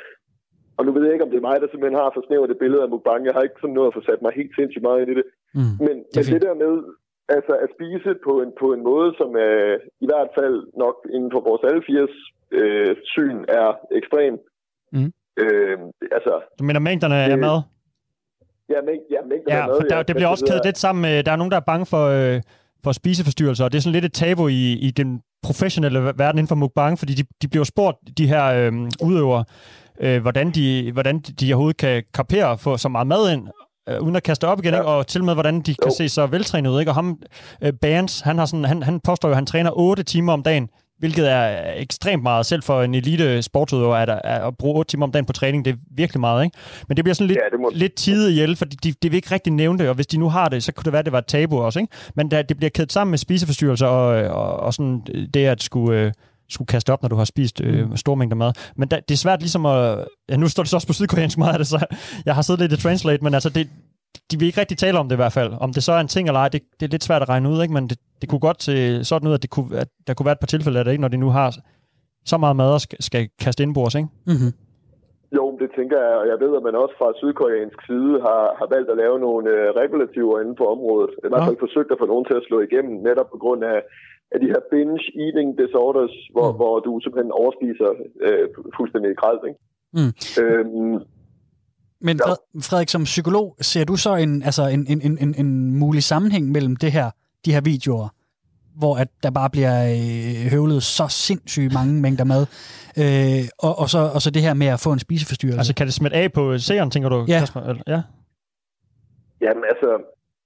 D: og nu ved jeg ikke, om det er mig, der simpelthen har forsnævret det billede af mukbang, jeg har ikke sådan noget at få sat mig helt sindssygt meget ind i det, mm, men det, men det der med altså at spise på en, på en måde, som er, i hvert fald nok inden for vores alle fires øh, syn er ekstrem. Mm. Øh, altså,
C: du mener mængderne af mad?
D: Ja, mæng, ja mængderne
C: ja,
D: af mad.
C: Der,
D: ja,
C: det bliver også kædet lidt sammen med, der er nogen, der er bange for, øh, for spiseforstyrrelser, og det er sådan lidt et tabu i, i den professionelle verden inden for mukbang, fordi de, de bliver spurgt, de her øh, udøvere, øh, hvordan, de, hvordan de overhovedet kan kapere at få så meget mad ind, øh, uden at kaste op igen, ja. Og til med, hvordan de kan jo. se så veltrænet ud. Ikke? Og ham, øh, Bands, han, har sådan, han, han påstår jo, at han træner otte timer om dagen, hvilket er ekstremt meget, selv for en elite sportsudøver, at, at bruge otte timer om dagen på træning, det er virkelig meget, ikke? Men det bliver sådan lidt, ja, må... lidt tid ihjel, for de, de, de vil ikke rigtig nævne det, og hvis de nu har det, så kunne det være, at det var et tabu også, ikke? Men der, det bliver kædet sammen med spiseforstyrrelser, og, og, og sådan det at skulle, øh, skulle kaste op, når du har spist øh, mm. store mængder mad. Men der, det er svært ligesom at... Ja, nu står det så også på sydkoreansk meget af det, så jeg har siddet lidt i Translate, men altså det... De vil ikke rigtig tale om det i hvert fald. Om det så er en ting eller ej, det, det er lidt svært at regne ud, ikke? Men det, det kunne godt se sådan ud, at, det kunne, at der kunne være et par tilfælde af det, ikke? Når de nu har så meget mad, og skal, skal kaste indbords, ikke?
D: Mm-hmm. Jo, det tænker jeg, og jeg ved, at man også fra sydkoreansk side har, har valgt at lave nogle øh, regulativer inden for området. I hvert fald forsøgt at få nogen til at slå igennem, netop på grund af, af de her binge eating disorders, hvor, mm. hvor du simpelthen overspiser øh, fuldstændig grelt, ikke? Mm. Øhm,
A: Men Frederik, som psykolog, ser du så en, altså en, en, en, en mulig sammenhæng mellem det her, de her videoer, hvor at der bare bliver øh, høvlet så sindssygt mange mængder mad, øh, og, og, så, og så det her med at få en spiseforstyrrelse?
C: Altså kan det smitte af på seeren, tænker du?
D: Ja.
C: Kasper? Ja.
D: Jamen altså,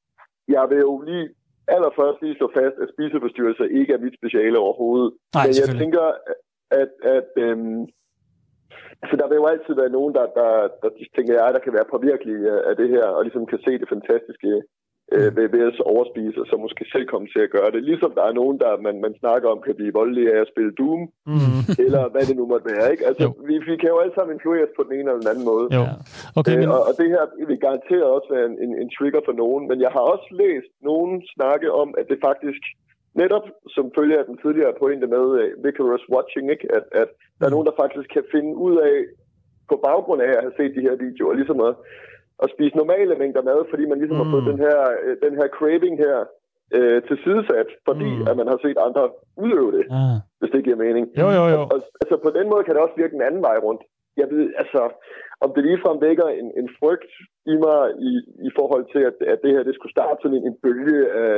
D: jeg vil jo lige allerførst lige slå fast, at spiseforstyrrelser ikke er mit speciale overhovedet.
A: Nej,
D: men jeg tænker, at, at øhm, altså, der vil jo altid være nogen, der, der, der, der tænker jeg, der kan være påvirkelige af det her, og ligesom kan se det fantastiske øh, ved, ved at overspise, og så måske selv komme til at gøre det. Ligesom der er nogen, der man, man snakker om, kan blive voldelige af at spille Doom, mm. eller hvad det nu måtte være. Ikke? Altså, vi, vi kan jo alle sammen influeres på den ene eller den anden måde.
B: Jo. Okay,
D: øh,
B: men...
D: og, og det her vil garanteret også være en, en, en trigger for nogen, men jeg har også læst nogen snakke om, at det faktisk netop som følge af den tidligere pointe med uh, vigorous watching, ikke? At, at der er nogen, der faktisk kan finde ud af, på baggrund af at have set de her videoer, ligesom at, at spise normale mængder mad, fordi man ligesom mm. har fået den her, den her craving her øh, tilsidesat, fordi mm. at man har set andre udøve det, ah. hvis det giver mening.
C: Jo, jo, jo.
D: Og, og, altså på den måde kan det også virke den anden vej rundt. Jeg ved, altså, om det ligefrem vækker en, en frygt i mig i, i forhold til, at, at det her det skulle starte sådan en, en bølge af...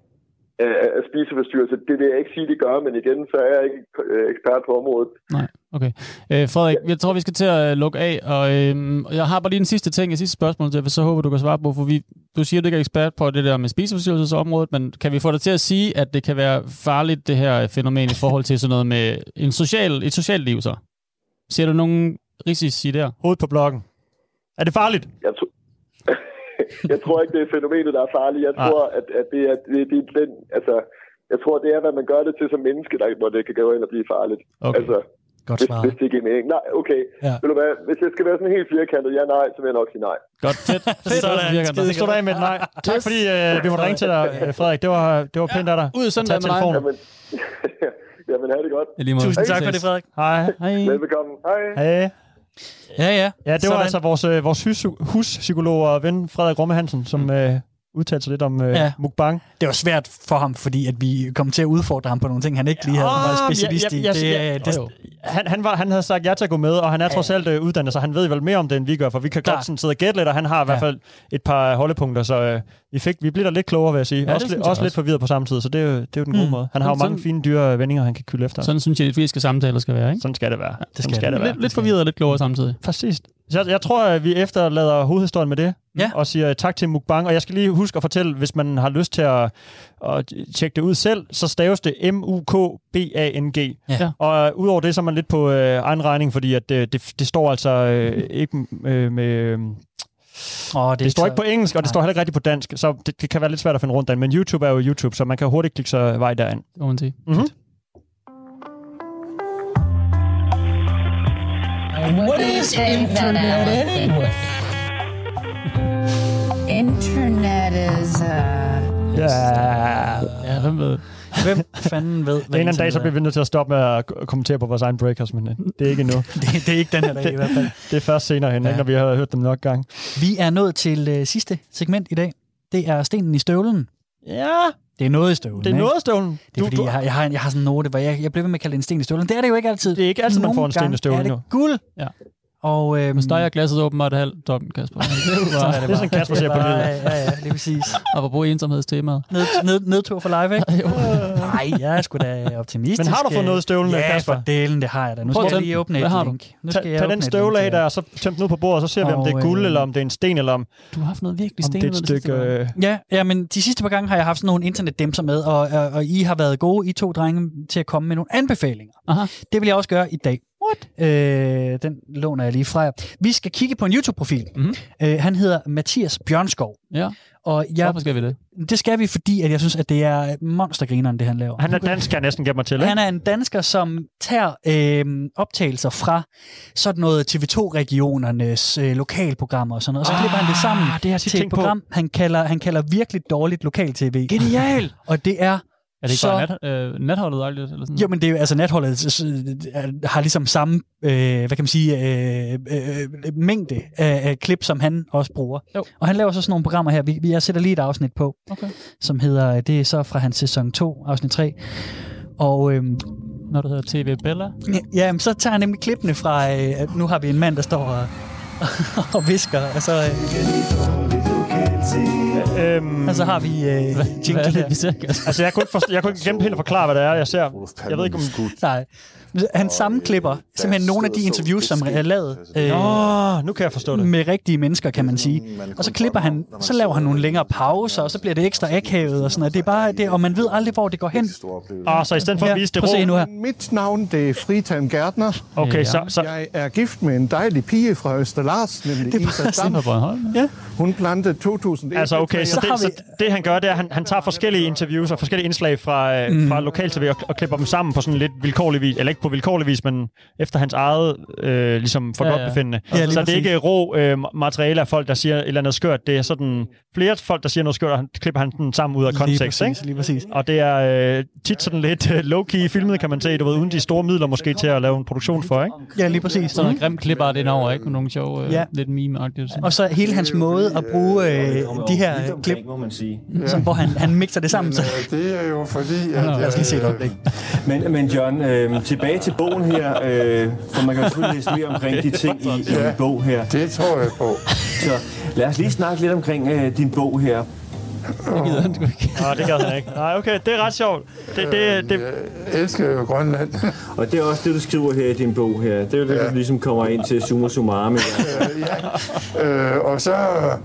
D: af spiseforstyrrelse. Det vil jeg ikke sige, det gør, men igen, så er jeg ikke ekspert på området.
B: Nej, okay. Øh, Frederik, jeg tror, vi skal til at lukke af, og øh, jeg har bare lige en sidste ting, et sidste spørgsmål, så jeg så håber, du kan svare på, for vi, du siger, du ikke er ekspert på det der med spiseforstyrrelsesområdet, men kan vi få dig til at sige, at det kan være farligt, det her fænomen, i forhold til sådan noget med en social, et socialt liv, så? Ser du nogen risici der?
C: Hoved på blokken. Er det farligt?
D: Jeg tror Jeg tror ikke, det er fænomenet, der er farligt. Jeg tror, at, at det er, det, det er den, altså, jeg tror, det er, hvad man gør det til som menneske, der, hvor det kan gå ind og blive farligt.
A: Okay.
D: Altså,
A: godt
D: hvis,
A: svaret.
D: hvis det giver mening. Nej, okay. Ja. Ved du hvad, hvis jeg skal være sådan helt firkantet, ja, nej, så vil jeg nok sige nej.
B: Godt, fedt. fedt.
C: Det står der af med et nej. Tak fordi øh, vi måtte ringe til dig, Frederik. Det var, det var pænt af dig.
B: Ud sådan der med dig.
D: Jamen, jamen, have det godt.
A: Tusind tak for det, Frederik.
C: Hej.
B: Hej.
D: Velbekomme. Hej.
C: Hej.
A: Ja, ja.
C: Ja, det var sådan. Altså vores, øh, vores hus, huspsykolog og ven, Frederik Romme Hansen, som mm. øh, udtalte sig lidt om øh, ja. mukbang.
A: Det var svært for ham, fordi at vi kom til at udfordre ham på nogle ting, han ikke lige havde
C: ja,
A: været specialist
C: ja, ja,
A: i.
C: Ja, ja, det, det, han, han, var, han havde sagt ja til at gå med, og han er ja. trods alt øh, uddannet, så han ved vel mere om det, end vi gør, for vi kan Klar. godt sådan sidde og gætte lidt, og han har i ja. hvert fald et par holdepunkter, så øh, vi, fik, vi bliver da lidt klogere, vil jeg sige. Ja, også også, også lidt forvirret på samme tid, så det er jo, det er jo den gode mm. måde. Han har jo mange fine dyre vendinger, han kan kylde efter.
B: Sådan synes jeg, at de samtaler skal være, ikke?
C: Sådan skal det være.
B: Ja, det skal, skal det være. Lidt, lidt forvirret og lidt klogere samtidig.
C: Præcis. Så jeg, jeg tror, at vi efterlader hovedhistorien med det, ja. og siger tak til Mukbang. Og jeg skal lige huske at fortælle, hvis man har lyst til at, at tjekke det ud selv, så staves det M U K B A N G. Ja. Og uh, udover det, så er man lidt på øh, egen regning, fordi at, øh, det, det står altså øh, ikke øh, med... Øh, Oh, det, det står så... ikke på engelsk, og det Nej. står heller ikke rigtig på dansk, så det, det kan være lidt svært at finde rundt derinde. Men YouTube er jo YouTube, så man kan hurtigt klikke sig vej derind.
B: Det må man sige.
C: Mm-hmm.
E: What is internet anyway? Internet is uh
C: Ja,
B: ja, hvem ved?
A: Hvem fanden ved?
C: En eller anden dag, så bliver vi nødt til at stoppe med at kommentere på vores egen breakers, men det er ikke endnu.
A: det, det er ikke den her dag i hvert fald.
C: Det er først senere hen, ja. når vi har hørt dem nok gang.
A: Vi er nået til uh, sidste segment i dag. Det er stenen i støvlen.
C: Ja.
A: Det er noget i støvlen.
C: Det er noget i støvlen.
A: Det er fordi, jeg har, jeg, har, jeg har sådan en note, hvor jeg, jeg bliver ved med at kalde det en sten i støvlen. Det er det jo ikke altid.
C: Det er ikke altid, man får en sten i støvlen.
A: Er det guld?
B: Ja.
A: Og øhm,
B: hvis der er glasset åbenbart halvt toppen, Kasper. Det
C: er, bare, det er sådan, Kasper ser på livet.
A: Ja, ja, ja, det er præcis.
B: Og hvor bruge ensomhedstemaet.
A: Ned, ned, nedtur for live, ikke? Nej, jeg er sgu da optimistisk.
C: Men har du fået noget i støvlen,
A: ja,
C: Kasper?
A: Ja, for delen, det har jeg da. Nu skal jeg lige åbne et link. Nu skal jeg
C: Tag den støvle af der, og så tøm den ud på bordet, og så ser vi, om det er guld, eller om det er en sten, eller om...
B: Du har haft noget virkelig sten.
C: Om det er et stykke...
A: Ja, ja, men de sidste par gange har jeg haft sådan nogle internetdæmser med, og, og, og I har været gode, I to drenge, til at komme med nogle anbefalinger. Aha. Det vil jeg også gøre i dag. What? Øh, den låner jeg lige fra jer. Vi skal kigge på en YouTube-profil. Mm-hmm. Øh, han hedder Mathias Bjørnskov.
B: Ja.
A: Og jeg,
B: hvorfor skal vi det?
A: Det skal vi, fordi at jeg synes, at det er monstergrineren, det han laver.
C: Han er dansker, jeg næsten gemmer til. Ikke?
A: Han er en dansker, som tager øh, optagelser fra sådan noget T V to-regionernes øh, lokalprogrammer og sådan noget. Og så ah, klipper han det sammen
C: det er
A: til et program, han kalder, han kalder virkelig dårligt lokal-tv.
C: Genial!
A: Og det er...
B: Er det ikke
A: så,
B: bare nat, øh, natholdet aldrig? Eller sådan?
A: Jo, men det er altså natholdet har ligesom samme, øh, hvad kan man sige, øh, øh, mængde af, af klip, som han også bruger. Jo. Og han laver så sådan nogle programmer her. Vi, jeg sætter lige et afsnit på, okay. som hedder, det er så fra hans sæson to, afsnit tre. Og... Øh,
B: når det hedder T V Bella?
A: Ja, men så tager han nemlig klippene fra, øh, nu har vi en mand, der står og, og visker, og så... Øh, Øhm, og så har vi øh, jingle
B: det, vi ser?
C: Altså, jeg kunne ikke, forstå, jeg kunne ikke gennem helt forklare, hvad det er, jeg ser. Jeg ved ikke, om...
A: Nej, Han sammenklipper simpelthen nogle af de interviews, som er lavet.
C: Åh, øh, nu kan jeg forstå det.
A: Med rigtige mennesker, kan man sige. Og så klipper han, så laver han nogle længere pauser, og så bliver det ekstra akavet og sådan noget. Det er bare det, og man ved aldrig, hvor det går hen.
C: Ah, så i stedet for at vise det ro.
A: Nu her.
F: Mit navn, det er Fritan Gærtner.
C: Okay, så, så...
F: Jeg er gift med en dejlig pige fra Østerlars, nemlig Isa Dam.
A: Ja.
F: Hun plantede to tusind.
C: Altså okay, så,
A: så,
C: det,
A: vi...
C: så det han gør, det er, at han, han tager forskellige interviews og forskellige indslag fra, mm. fra lokal-tv og, og klipper dem sammen på sådan lidt vilkårlig vis, eller ikke på vilkårlig vis, men efter hans eget øh, ligesom forgodtbefindende. Ja, ja. Ja, så det er ikke rå øh, materiale af folk, der siger et eller andet skørt. Det er sådan flere folk, der siger noget skørt, og han klipper han den sammen ud af kontekst.
A: Lige præcis, lige præcis.
C: Og det er øh, tit sådan lidt øh, low-key filmet, kan man sige, du ved, uden de store midler måske til at lave en produktion for, ikke?
A: Ja, lige præcis.
B: Sådan noget grimt klipper det over, ikke? Nogle sjove, øh, ja. lidt meme-agtigt.
A: Og så hele hans måde at bruge øh, de her klip, som, hvor han, han mixer det sammen. Så.
F: Ja, det er jo fordi... At,
A: Lad os lige se et øjeblik.
G: Men, men John, øh, tilbage til bogen her, øh, for man kan selvfølgelig læse mere omkring de ting i, i ja, bog her.
F: Det tror jeg på.
G: Så lad os lige snakke lidt omkring øh, din bog her.
B: Det gider han sgu ikke.
C: Nej, det gør han ikke. Nej, okay, det er ret sjovt. Det, det, det...
F: Jeg elsker jo Grønland.
G: Og det er også det, du skriver her i din bog her. Det er jo det, ja. Du ligesom kommer ind til summa summarum.
F: Ja, øh, og så...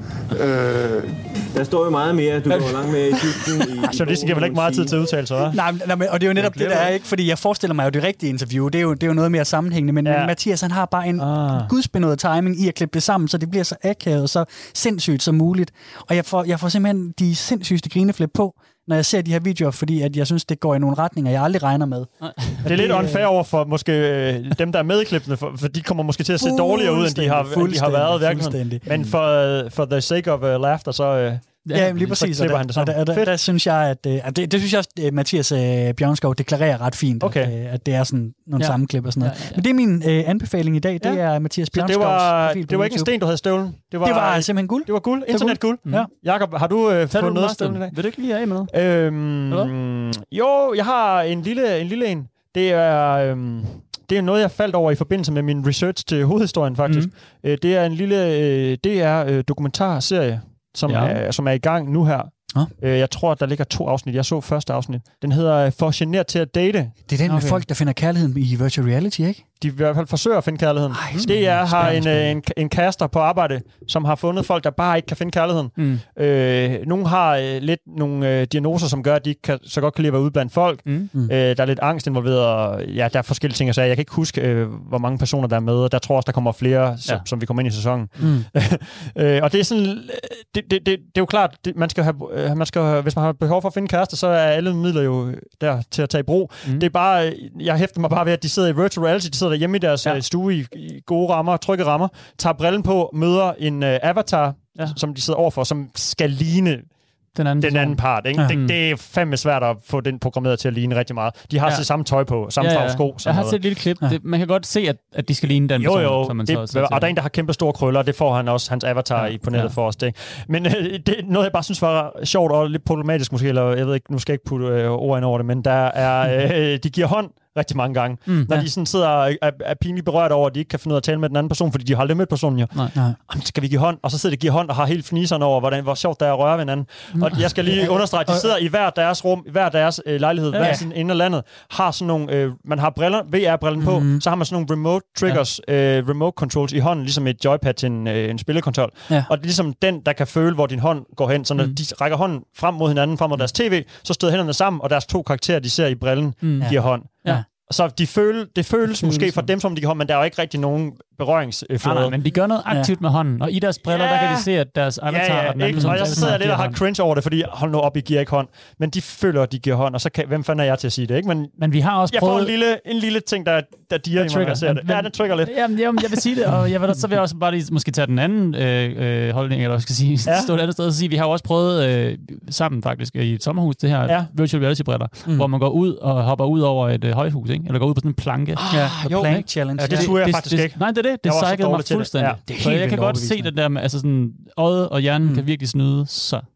F: Øh...
G: Der står jo meget mere. Du går langt mere i dybden. I,
C: så det giver vel ikke meget tid til udtalelser, hva'?
A: Nej, nej, og det er jo netop det, der er ikke, fordi jeg forestiller mig jo det rigtige interview. Det er jo, det er jo noget mere sammenhængende, men, ja. men Mathias, han har bare en ah. gudsbenået timing i at klippe det sammen, så det bliver så akavet og så sindssygt som muligt. Og jeg får, jeg får simpelthen de sindssygste grineflip på, når jeg ser de her videoer, fordi at jeg synes, det går i nogle retninger, jeg aldrig regner med.
C: Det er lidt unfair over for måske dem, der er med i klippene, for, for de kommer måske til at se dårligere ud, end de har, end de har været i virkeligheden. Men for, for the sake of uh, laughter, så... Uh,
A: Ja, lige præcis. Og der, og der, og der, der, der synes jeg, at, at det, det synes jeg også, at Mathias uh, Bjørnskov deklarerer ret fint, okay. at, at det er sådan nogle ja. sammenklip og sådan noget. Ja, ja. Men det er min uh, anbefaling i dag, det ja. er Mathias Bjørnskovs
C: det var,
A: profil på
C: det var ikke en sten, du havde støvlen. Det var,
A: det var simpelthen guld.
C: Det var guld. Internetguld. Mm. Ja. Jakob, har du uh, fået noget af støvlen i dag?
B: Vil du ikke lige af med noget?
C: Øhm, jo, jeg har en lille, en lille en. Det er... Øhm, Det er noget, jeg faldt over i forbindelse med min research til hovedhistorien, faktisk. Mm. Det er en lille D R-dokumentarserie, som, ja. er, som er i gang nu her. Ah. Jeg tror, der ligger to afsnit. Jeg så første afsnit. Den hedder For genert til at date.
A: Det er den okay. med folk, der finder kærligheden i virtual reality, ikke?
C: De i hvert fald forsøger at finde kærligheden. Ej, D R har en, en, en caster på arbejde, som har fundet folk, der bare ikke kan finde kærligheden. Mm. Øh, nogle har øh, lidt nogle øh, diagnoser, som gør, at de ikke kan, så godt kan lide at være ude blandt folk. Mm. Øh, der er lidt angst involveret, og ja, der er forskellige ting. Jeg kan ikke huske, øh, hvor mange personer der er med. Der tror også, der kommer flere, som, ja. som vi kommer ind i sæsonen. Mm. øh, og det er sådan... Det, det, det, det er jo klart, det, man skal have, man skal have, hvis man har behov for at finde kærester, så er alle midler jo der til at tage i brug. Mm. Det er bare... Jeg hæfter mig bare ved, at de sidder i virtual reality, de sidder hjemme i deres ja. stue i, i gode rammer, trygge rammer, tager brillen på, møder en uh, avatar, ja. som de sidder overfor, som skal ligne den anden, den anden part. Ikke? Ja. Det, det er fandme svært at få den programmeret til at ligne rigtig meget. De har ja. det samme tøj på, samme ja, farve sko.
B: Jeg har set et lille klip. Ja. Det, man kan godt se, at, at de skal ligne den person.
C: Jo, jo.
B: Som man
C: det,
B: så,
C: og der er en, der har kæmpe store krøller, det får han også, hans avatar ja. i på nettet ja. for os. Det. Men øh, det noget, jeg bare synes var sjovt og lidt problematisk måske, eller jeg ved ikke, nu skal jeg ikke putte øh, ord ind over det, men der er, øh, de giver hånd rigtig mange gange. Mm, når ja. de sådan sidder og er, er pinligt berørt over, at de ikke kan finde ud af at tale med den anden person, fordi de har aldrig mødt personen jo. Nej. Nej. Jamen, skal vi give hånd? Og så sidder de og giver hånd og har helt fniserne over, hvordan, hvor sjovt det er at røre ved hinanden. Mm. Og jeg skal lige understrege, at de sidder i hver deres rum, i hver deres øh, lejlighed, ja. hver sin inde af landet, har sådan nogle, øh, man har briller, V R-brillen på, mm. så har man sådan nogle remote triggers, ja. øh, remote controls i hånden, ligesom et joypad til en, øh, en spillekontrol. Ja. Og det er ligesom den, der kan føle, hvor din hånd går hen. Så når mm. de rækker hånden frem mod hinanden, frem mod deres tv, så støder hænderne sammen, og deres to karakterer, de ser i brillen, mm. giver hånd. Ja. Så de føle, det føles det måske for dem, som de kan hånd, men der er jo ikke rigtig nogen berøringsflade.
B: Nej, nej, men de gør noget aktivt ja. med hånden, og i deres briller, ja. der kan de se, at deres avatar ja, ja, er den anden person.
C: Og jeg så sidder jeg lidt og har cringe over det, fordi hold nu op, I giver ikke hånd. Men de føler, at de giver hånd, og så kan, hvem fanden er jeg til at sige det, ikke? Men,
B: men vi har også
C: jeg
B: prøvet...
C: får en lille, en lille ting, der, der diger i mig, når jeg ser det. Ja, det trigger lidt.
B: Jamen, jamen, jeg vil sige det, og jeg vil, så vil jeg også bare lige måske tage den anden øh, øh, holdning, eller skal sige, ja. stå et andet sted og sige, vi har også prøvet øh, sammen faktisk i et sommerhus, det her ja. virtual reality-briller, mm. hvor man går ud og hopper ud over et øh, højhus, ikke? Eller går ud på sådan en planke.
A: Ah, ja, jo, plank challenge.
C: Ja, det turde jeg
B: det,
C: faktisk
B: det,
C: ikke.
B: Nej, det er det. Det psykede mig fuldstændig. Ja, det er så jeg kan godt se det der med, altså sådan, øjet og hjernen mm. kan virkelig snyde så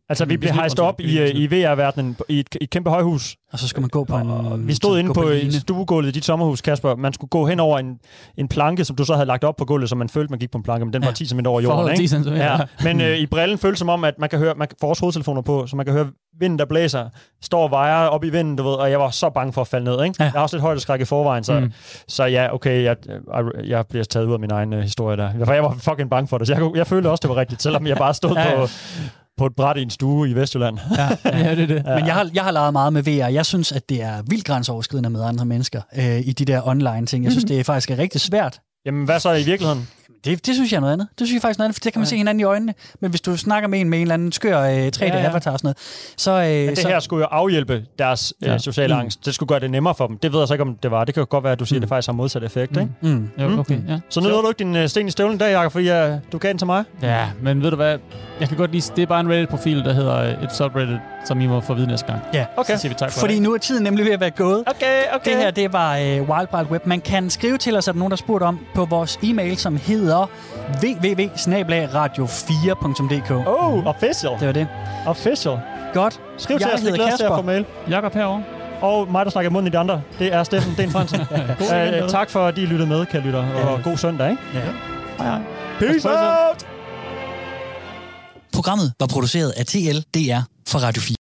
C: Altså, vi blev hejst op i, i V R-verdenen i et, et kæmpe højhus.
A: Og så skal man gå på en...
C: Vi stod inde på, på stuegulvet i dit sommerhus, Kasper. Man skulle gå hen over en, en planke, som du så havde lagt op på gulvet, så man følte, man gik på en planke, men den ja. var ti centimeter over jorden, ikke? ti centimeter. Ja. Men øh, i brillen føltes som om, at man kan høre... Man får også hovedtelefoner på, så man kan høre vinden, der blæser, står og vejer op i vinden, du ved, og jeg var så bange for at falde ned, ikke? Ja. Jeg har også lidt højdeskræk i forvejen, så, mm. så ja, okay, jeg, jeg bliver taget ud af min egen uh, historie der. For jeg var fucking bange for det, så jeg, jeg følte også, det var rigtigt, selvom jeg bare stod ja, ja. på... på et bræt i en stue i Vestjylland.
A: Ja, ja det er det. Ja. Men jeg har, jeg har leget meget med V R. Jeg synes, at det er vildt grænseoverskridende med andre mennesker øh, i de der online ting. Jeg synes, mm-hmm. det er faktisk er rigtig svært.
C: Jamen, hvad så i virkeligheden?
A: Det, det synes jeg er noget andet. Det synes jeg faktisk er noget andet, for det kan man ja. se hinanden i øjnene. Men hvis du snakker med en med en eller anden skør øh, tre D-avatar og sådan noget, så... Øh,
C: Men det
A: så...
C: her skulle jo afhjælpe deres ja. øh, sociale mm. angst. Det skulle gøre det nemmere for dem. Det ved jeg så ikke, om det var. Det kan jo godt være, at du siger, mm. at det faktisk har modsat effekt,
A: mm.
C: ikke?
A: Mm.
B: Jo, okay, ja.
C: Så nu nåede du ikke din uh, sten i støvlen i dag, Jakob, fordi uh, du gav den til mig?
B: Ja, men ved du hvad? Jeg kan godt lide... Det er bare en Reddit-profil, der hedder et subreddit, som I må få vide næste gang.
A: Ja,
C: okay.
B: Så siger vi tak for
A: Fordi
B: det.
A: nu er tiden nemlig ved at være gået.
C: Okay, okay.
A: Det her, det var uh, Wild Wild Web. Man kan skrive til os, at nogen, der spurgte om, på vores e-mail, som hedder w w w bindestreg radio fire punktum d k.
C: Oh, official.
A: Det var det.
C: Official.
A: Godt.
C: Skriv til os, det glæder til at få mail.
B: Jakob herovre.
C: Og mig, der snakker i munden i de andre. Det er Steffen Den Fransen. uh, tak for, at I lyttede med, kære lytter. Og god søndag, ikke?
A: Ja.
B: Hej, hej.
C: Peace out!
A: Programmet var produceret af T L D R for Radio fire.